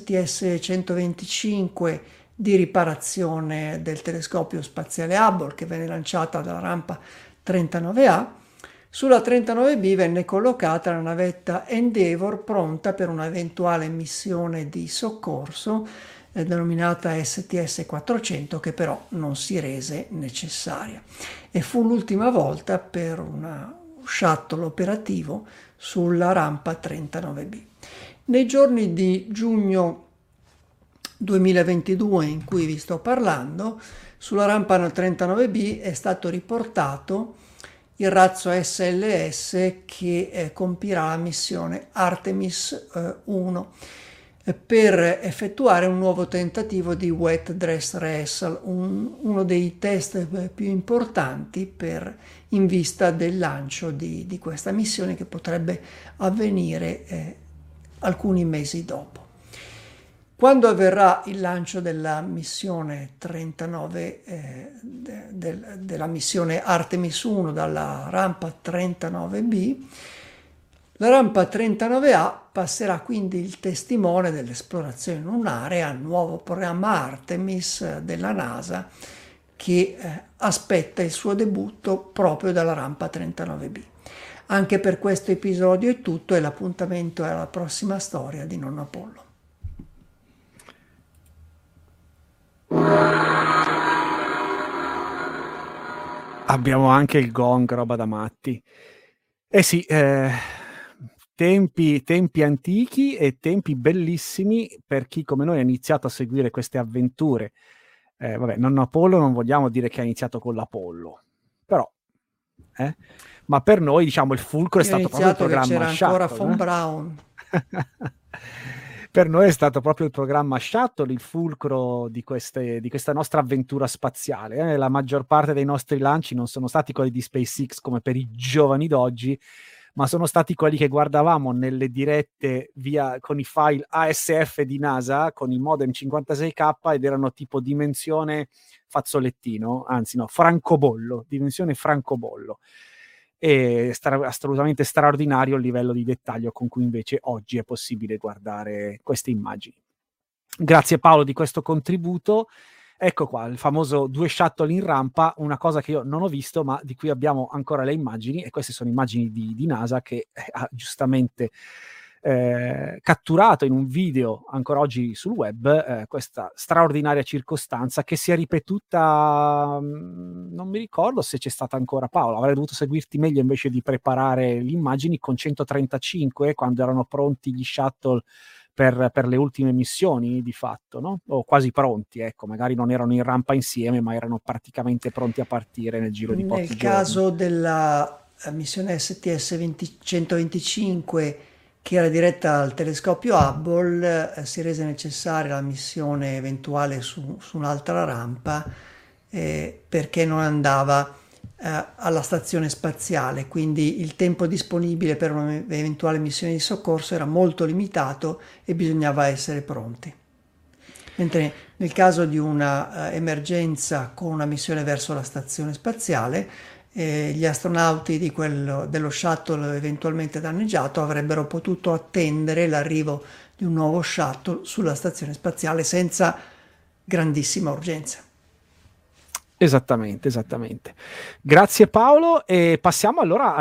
STS-125 di riparazione del telescopio spaziale Hubble, che venne lanciata dalla rampa 39A, sulla 39B venne collocata la navetta Endeavour pronta per un'eventuale missione di soccorso denominata STS-400, che però non si rese necessaria e fu l'ultima volta per un shuttle operativo sulla rampa 39B. Nei giorni di giugno 2022 in cui vi sto parlando, sulla rampa 39B è stato riportato il razzo SLS che compirà la missione Artemis 1. per effettuare un nuovo tentativo di wet dress rehearsal, uno dei test più importanti in vista del lancio di questa missione, che potrebbe avvenire alcuni mesi dopo. Quando avverrà il lancio della missione 39, della missione Artemis 1 dalla rampa 39B, la rampa 39A passerà quindi il testimone dell'esplorazione lunare al nuovo programma Artemis della NASA, che aspetta il suo debutto proprio dalla rampa 39B. Anche per questo episodio è tutto, e l'appuntamento è alla prossima storia di Nonno Apollo. Abbiamo anche il gong, roba da matti. Eh sì, tempi antichi e tempi bellissimi per chi come noi ha iniziato a seguire queste avventure. Vabbè, Nonno Apollo non vogliamo dire che ha iniziato con l'Apollo, però, ma per noi, diciamo, il fulcro è stato proprio il programma c'era Shuttle, ancora Von Braun. Per noi è stato proprio il programma Shuttle il fulcro di questa nostra avventura spaziale. La maggior parte dei nostri lanci non sono stati quelli di SpaceX come per i giovani d'oggi, ma sono stati quelli che guardavamo nelle dirette via con i file ASF di NASA, con i modem 56K, ed erano tipo dimensione fazzolettino, anzi no, francobollo, dimensione francobollo. E assolutamente straordinario il livello di dettaglio con cui invece oggi è possibile guardare queste immagini. Grazie Paolo di questo contributo. Ecco qua, il famoso 2 shuttle in rampa, una cosa che io non ho visto ma di cui abbiamo ancora le immagini, e queste sono immagini di NASA che ha giustamente catturato in un video ancora oggi sul web questa straordinaria circostanza che si è ripetuta, non mi ricordo se c'è stata ancora, Paolo, avrei dovuto seguirti meglio invece di preparare le immagini, con 135 quando erano pronti gli shuttle per le ultime missioni di fatto, no? O quasi pronti, ecco, magari non erano in rampa insieme ma erano praticamente pronti a partire nel giro di pochi giorni. Nel caso della missione STS-125, che era diretta al telescopio Hubble, si rese necessaria la missione eventuale su un'altra rampa perché non andava alla stazione spaziale, quindi il tempo disponibile per un'eventuale missione di soccorso era molto limitato e bisognava essere pronti. Mentre nel caso di una emergenza con una missione verso la stazione spaziale, gli astronauti dello shuttle eventualmente danneggiato avrebbero potuto attendere l'arrivo di un nuovo shuttle sulla stazione spaziale senza grandissima urgenza. Esattamente. Grazie Paolo, e passiamo allora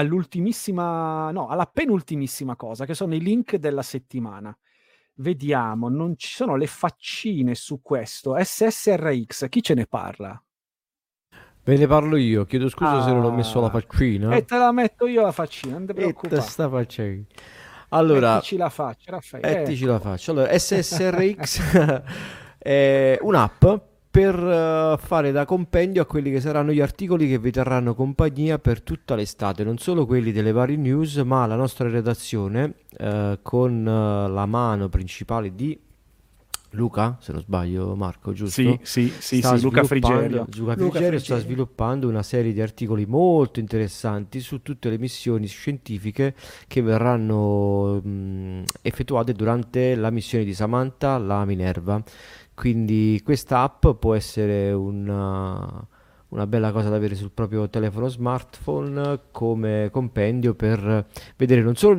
alla penultimissima cosa, che sono i link della settimana. Vediamo, non ci sono le faccine su questo. SSRX, chi ce ne parla? Ve ne parlo io, chiedo scusa se non ho messo la faccina. E te la metto io la faccina, non ti preoccupare. Sta faccina. Allora, mettici la faccia, Raffaele. Mettici la faccia. Allora, SSRX è un'app per fare da compendio a quelli che saranno gli articoli che vi terranno compagnia per tutta l'estate, non solo quelli delle varie news, ma la nostra redazione con la mano principale di Luca, se non sbaglio, Marco, giusto? Sì, Luca Frigerio. Luca Frigerio sta sviluppando una serie di articoli molto interessanti su tutte le missioni scientifiche che verranno effettuate durante la missione di Samantha, la Minerva. Quindi questa app può essere una bella cosa da avere sul proprio telefono smartphone come compendio per vedere non solo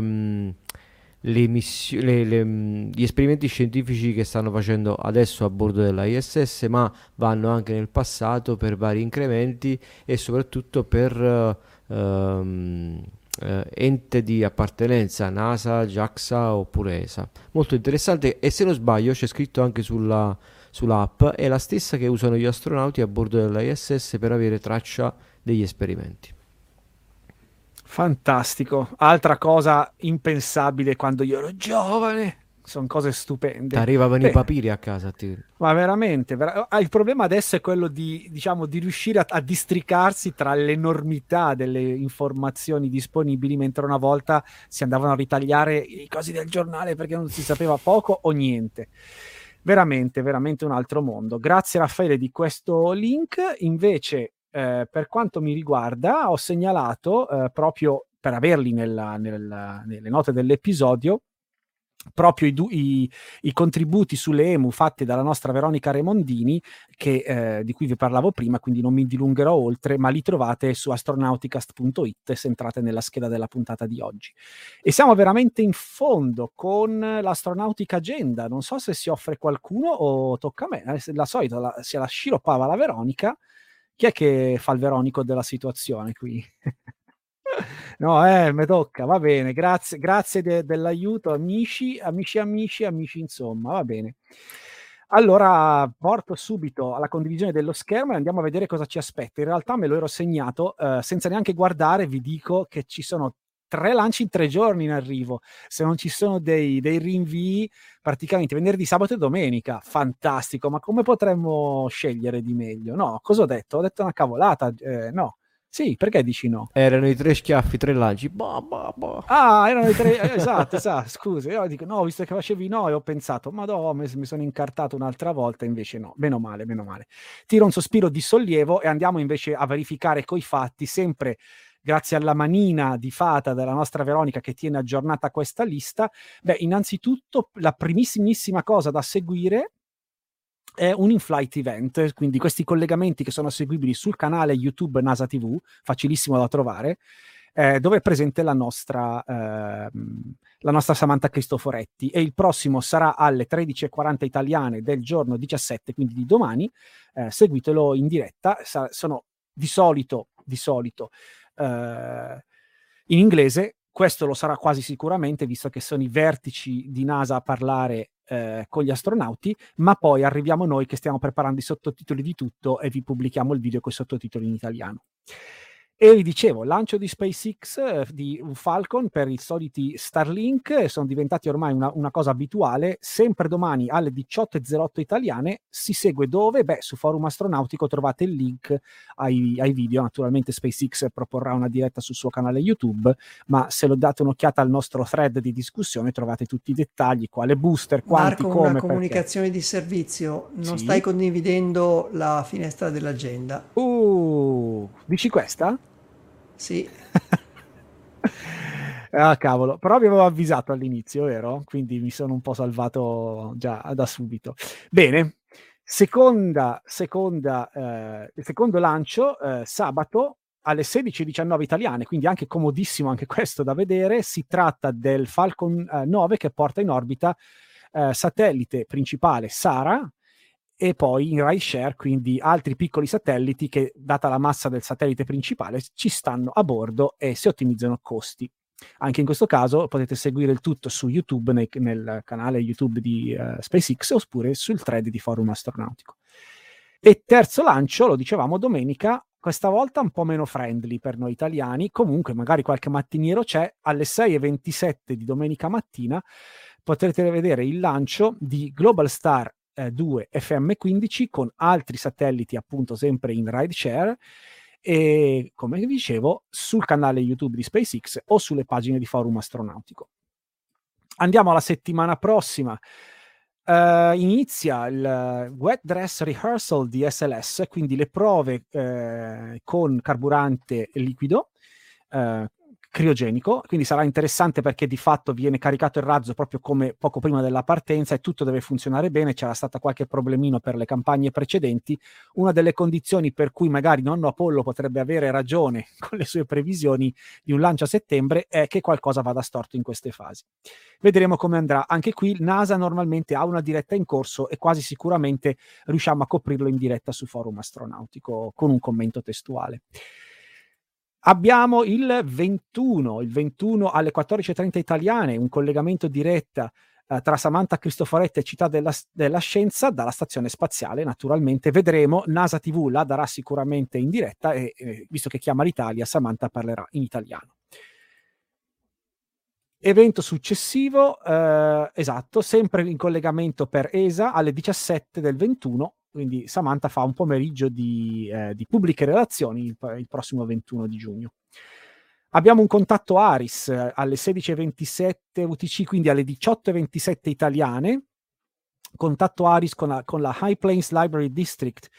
gli esperimenti scientifici che stanno facendo adesso a bordo della ISS, ma vanno anche nel passato per vari incrementi e soprattutto per ente di appartenenza, NASA, JAXA oppure ESA. Molto interessante, e se non sbaglio c'è scritto anche sull'app, è la stessa che usano gli astronauti a bordo della ISS per avere traccia degli esperimenti. Fantastico, altra cosa impensabile quando io ero giovane, sono cose stupende. Arrivavano i papiri a casa. Ma veramente, il problema adesso è quello di riuscire a districarsi tra l'enormità delle informazioni disponibili, mentre una volta si andavano a ritagliare i cosi del giornale perché non si sapeva poco o niente. Veramente, veramente un altro mondo. Grazie Raffaele di questo link. Invece, per quanto mi riguarda, ho segnalato proprio per averli nelle note dell'episodio proprio i contributi sulle EMU fatti dalla nostra Veronica Remondini, di cui vi parlavo prima, quindi non mi dilungherò oltre, ma li trovate su astronauticast.it se entrate nella scheda della puntata di oggi. E siamo veramente in fondo con l'Astronautica Agenda. Non so se si offre qualcuno o tocca a me. La solita se la sciroppava la Veronica. Chi è che fa il Veronico della situazione qui? No, mi tocca, va bene, grazie dell'aiuto, amici, insomma, va bene. Allora, porto subito alla condivisione dello schermo e andiamo a vedere cosa ci aspetta. In realtà me lo ero segnato, senza neanche guardare, vi dico che ci sono 3 lanci in 3 giorni in arrivo, se non ci sono dei rinvii, praticamente venerdì, sabato e domenica. Fantastico, ma come potremmo scegliere di meglio? No, cosa ho detto? Ho detto una cavolata, no. Sì, perché dici no? Erano i 3 schiaffi, 3 lanci. Ah, erano i 3, esatto, scusa, io dico no, visto che facevi no e ho pensato, ma no, mi sono incartato un'altra volta, invece no, meno male. Tiro un sospiro di sollievo e andiamo invece a verificare coi fatti, sempre grazie alla manina di fata della nostra Veronica che tiene aggiornata questa lista. Beh, innanzitutto la primissimissima cosa da seguire è un in-flight event, quindi questi collegamenti che sono seguibili sul canale YouTube NASA TV, facilissimo da trovare, dove è presente la nostra Samantha Cristoforetti, e il prossimo sarà alle 13:40 italiane del giorno 17, quindi di domani. Seguitelo in diretta, sono di solito in inglese. Questo lo sarà quasi sicuramente, visto che sono i vertici di NASA a parlare con gli astronauti, ma poi arriviamo noi che stiamo preparando i sottotitoli di tutto e vi pubblichiamo il video con i sottotitoli in italiano. E vi dicevo, lancio di SpaceX di un Falcon per i soliti Starlink, sono diventati ormai una cosa abituale. Sempre domani alle 18:08 italiane. Si segue dove? Beh, su Forum Astronautico trovate il link ai video. Naturalmente SpaceX proporrà una diretta sul suo canale YouTube, ma se lo date un'occhiata al nostro thread di discussione trovate tutti i dettagli, quale booster, quanti, Marco, come, una perché. comunicazione di servizio, non Sì? stai condividendo la finestra dell'agenda. Dici questa? Sì. Ah, cavolo, però vi avevo avvisato all'inizio, vero? Quindi mi sono un po' salvato già da subito. Bene, il secondo lancio, sabato alle 16:19 italiane, quindi anche comodissimo anche questo da vedere. Si tratta del Falcon 9 che porta in orbita satellite principale Sara, e poi in ride share, quindi altri piccoli satelliti che, data la massa del satellite principale, ci stanno a bordo e si ottimizzano costi. Anche in questo caso potete seguire il tutto su YouTube, nel canale YouTube di SpaceX, oppure sul thread di Forum Astronautico. E terzo lancio, lo dicevamo domenica, questa volta un po' meno friendly per noi italiani, comunque magari qualche mattiniero c'è. Alle 6:27 di domenica mattina potrete vedere il lancio di Globalstar 2 FM15 con altri satelliti, appunto sempre in ride share, e come vi dicevo sul canale YouTube di SpaceX o sulle pagine di Forum Astronautico. Andiamo alla settimana prossima. Inizia il Wet Dress Rehearsal di SLS, quindi le prove con carburante liquido criogenico, quindi sarà interessante perché di fatto viene caricato il razzo proprio come poco prima della partenza e tutto deve funzionare bene. C'era stata qualche problemino per le campagne precedenti. Una delle condizioni per cui magari nonno Apollo potrebbe avere ragione con le sue previsioni di un lancio a settembre è che qualcosa vada storto in queste fasi. Vedremo come andrà. Anche qui NASA normalmente ha una diretta in corso e quasi sicuramente riusciamo a coprirlo in diretta su Forum Astronautico con un commento testuale. Abbiamo il 21 alle 14:30 italiane, un collegamento diretta tra Samantha Cristoforetti e Città della Scienza dalla stazione spaziale. Naturalmente vedremo, NASA TV la darà sicuramente in diretta e visto che chiama l'Italia, Samantha parlerà in italiano. Evento successivo, esatto, sempre in collegamento per ESA alle 17 del 21, quindi Samantha fa un pomeriggio di pubbliche relazioni il prossimo 21 di giugno. Abbiamo un contatto Aris alle 16:27 UTC, quindi alle 18:27 italiane, contatto Aris con la High Plains Library District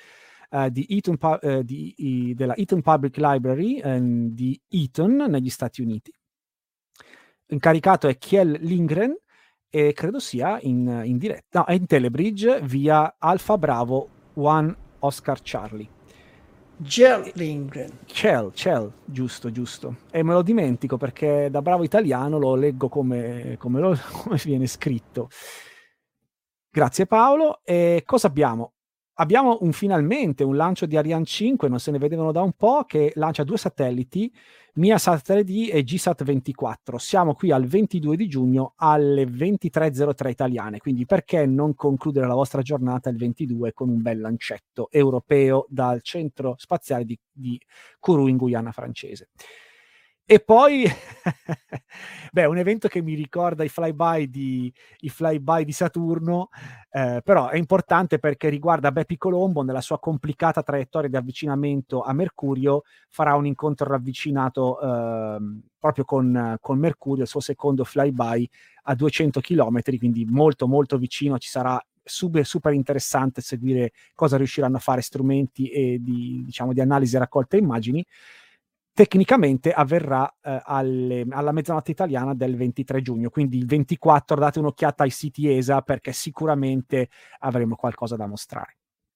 della Eaton Public Library di Eaton negli Stati Uniti. Incaricato è Kjell Lindgren e credo sia in diretta, no, è in Telebridge via Alfa Bravo 1 Oscar Charlie. Kjell Lindgren. Kjell, giusto. E me lo dimentico perché da bravo italiano lo leggo come viene scritto. Grazie Paolo. E cosa abbiamo? Abbiamo finalmente un lancio di Ariane 5, non se ne vedevano da un po', che lancia 2 satelliti, Miasat 3D e GSAT 24. Siamo qui al 22 di giugno alle 23:03 italiane, quindi perché non concludere la vostra giornata il 22 con un bel lancetto europeo dal centro spaziale di Kourou in Guyana francese. E poi un evento che mi ricorda i flyby di Saturno, però è importante perché riguarda Bepi Colombo nella sua complicata traiettoria di avvicinamento a Mercurio. Farà un incontro ravvicinato proprio con Mercurio, il suo secondo flyby a 200 km, quindi molto molto vicino. Ci sarà super interessante seguire cosa riusciranno a fare strumenti e di analisi e raccolta immagini. Tecnicamente avverrà alla mezzanotte italiana del 23 giugno, quindi il 24 date un'occhiata ai siti ESA perché sicuramente avremo qualcosa da mostrare.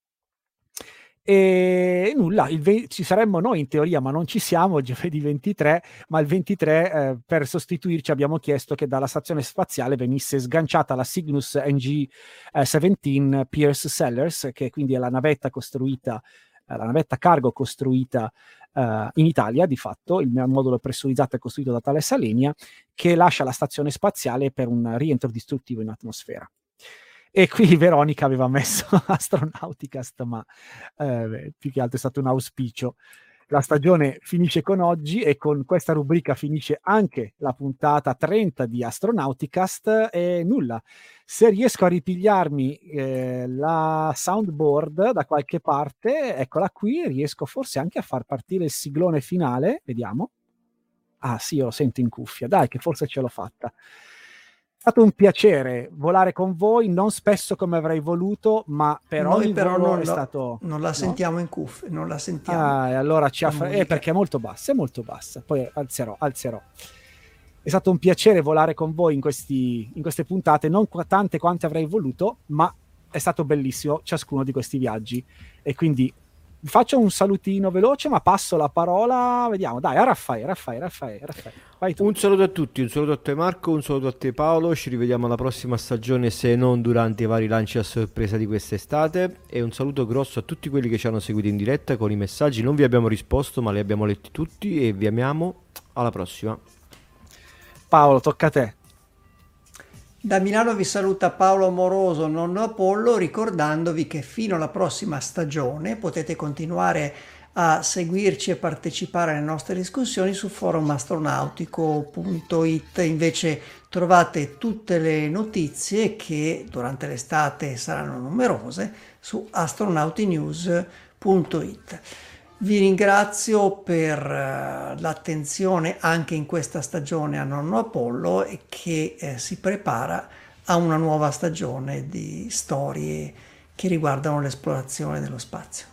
E nulla, ci saremmo noi in teoria, ma non ci siamo, giovedì 23, ma il 23 per sostituirci abbiamo chiesto che dalla stazione spaziale venisse sganciata la Cygnus NG-17 Pierce Sellers, che quindi è la navetta cargo costruita in Italia, di fatto, il modulo pressurizzato è costruito da Thales Alenia, che lascia la stazione spaziale per un rientro distruttivo in atmosfera. E qui Veronica aveva messo Astronauticast, ma più che altro è stato un auspicio. La stagione finisce con oggi e con questa rubrica finisce anche la puntata 30 di Astronauticast e nulla. Se riesco a ripigliarmi la soundboard da qualche parte, eccola qui, riesco forse anche a far partire il siglone finale, vediamo. Ah sì, io lo sento in cuffia, dai che forse ce l'ho fatta. È stato un piacere volare con voi, non spesso come avrei voluto, ma Noi però è stato... non la sentiamo in cuffie, non la sentiamo. E allora perché è molto bassa, poi alzerò. È stato un piacere volare con voi in queste puntate, non tante quante avrei voluto, ma è stato bellissimo ciascuno di questi viaggi. E quindi faccio un salutino veloce, ma passo la parola, vediamo, dai, a Raffaele. Vai tu. Un saluto a tutti, un saluto a te Marco, un saluto a te Paolo, ci rivediamo alla prossima stagione se non durante i vari lanci a sorpresa di quest'estate e un saluto grosso a tutti quelli che ci hanno seguito in diretta con i messaggi, non vi abbiamo risposto ma li abbiamo letti tutti e vi amiamo, alla prossima. Paolo, tocca a te. Da Milano vi saluta Paolo Amoroso, nonno Apollo, ricordandovi che fino alla prossima stagione potete continuare a seguirci e partecipare alle nostre discussioni su forumastronautico.it. Invece trovate tutte le notizie che durante l'estate saranno numerose su astronautinews.it. Vi ringrazio per l'attenzione anche in questa stagione a nonno Apollo e che si prepara a una nuova stagione di storie che riguardano l'esplorazione dello spazio.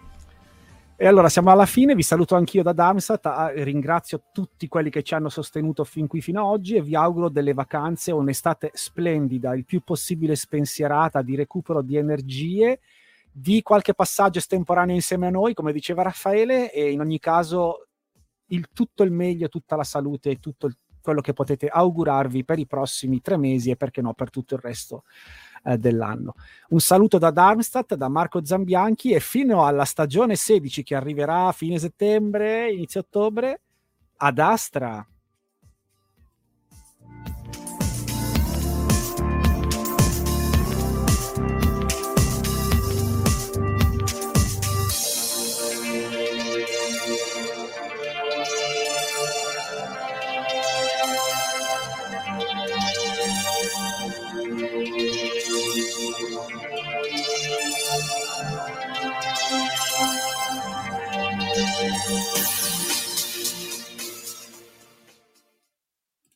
E allora siamo alla fine, vi saluto anch'io da Darmstadt, ringrazio tutti quelli che ci hanno sostenuto fino ad oggi e vi auguro delle vacanze, un'estate splendida, il più possibile spensierata, di recupero di energie, di qualche passaggio estemporaneo insieme a noi, come diceva Raffaele, e in ogni caso tutto il meglio, tutta la salute e tutto quello che potete augurarvi per i prossimi 3 mesi e perché no per tutto il resto dell'anno. Un saluto da Darmstadt, da Marco Zambianchi e fino alla stagione 16 che arriverà a fine settembre, inizio ottobre, ad Astra.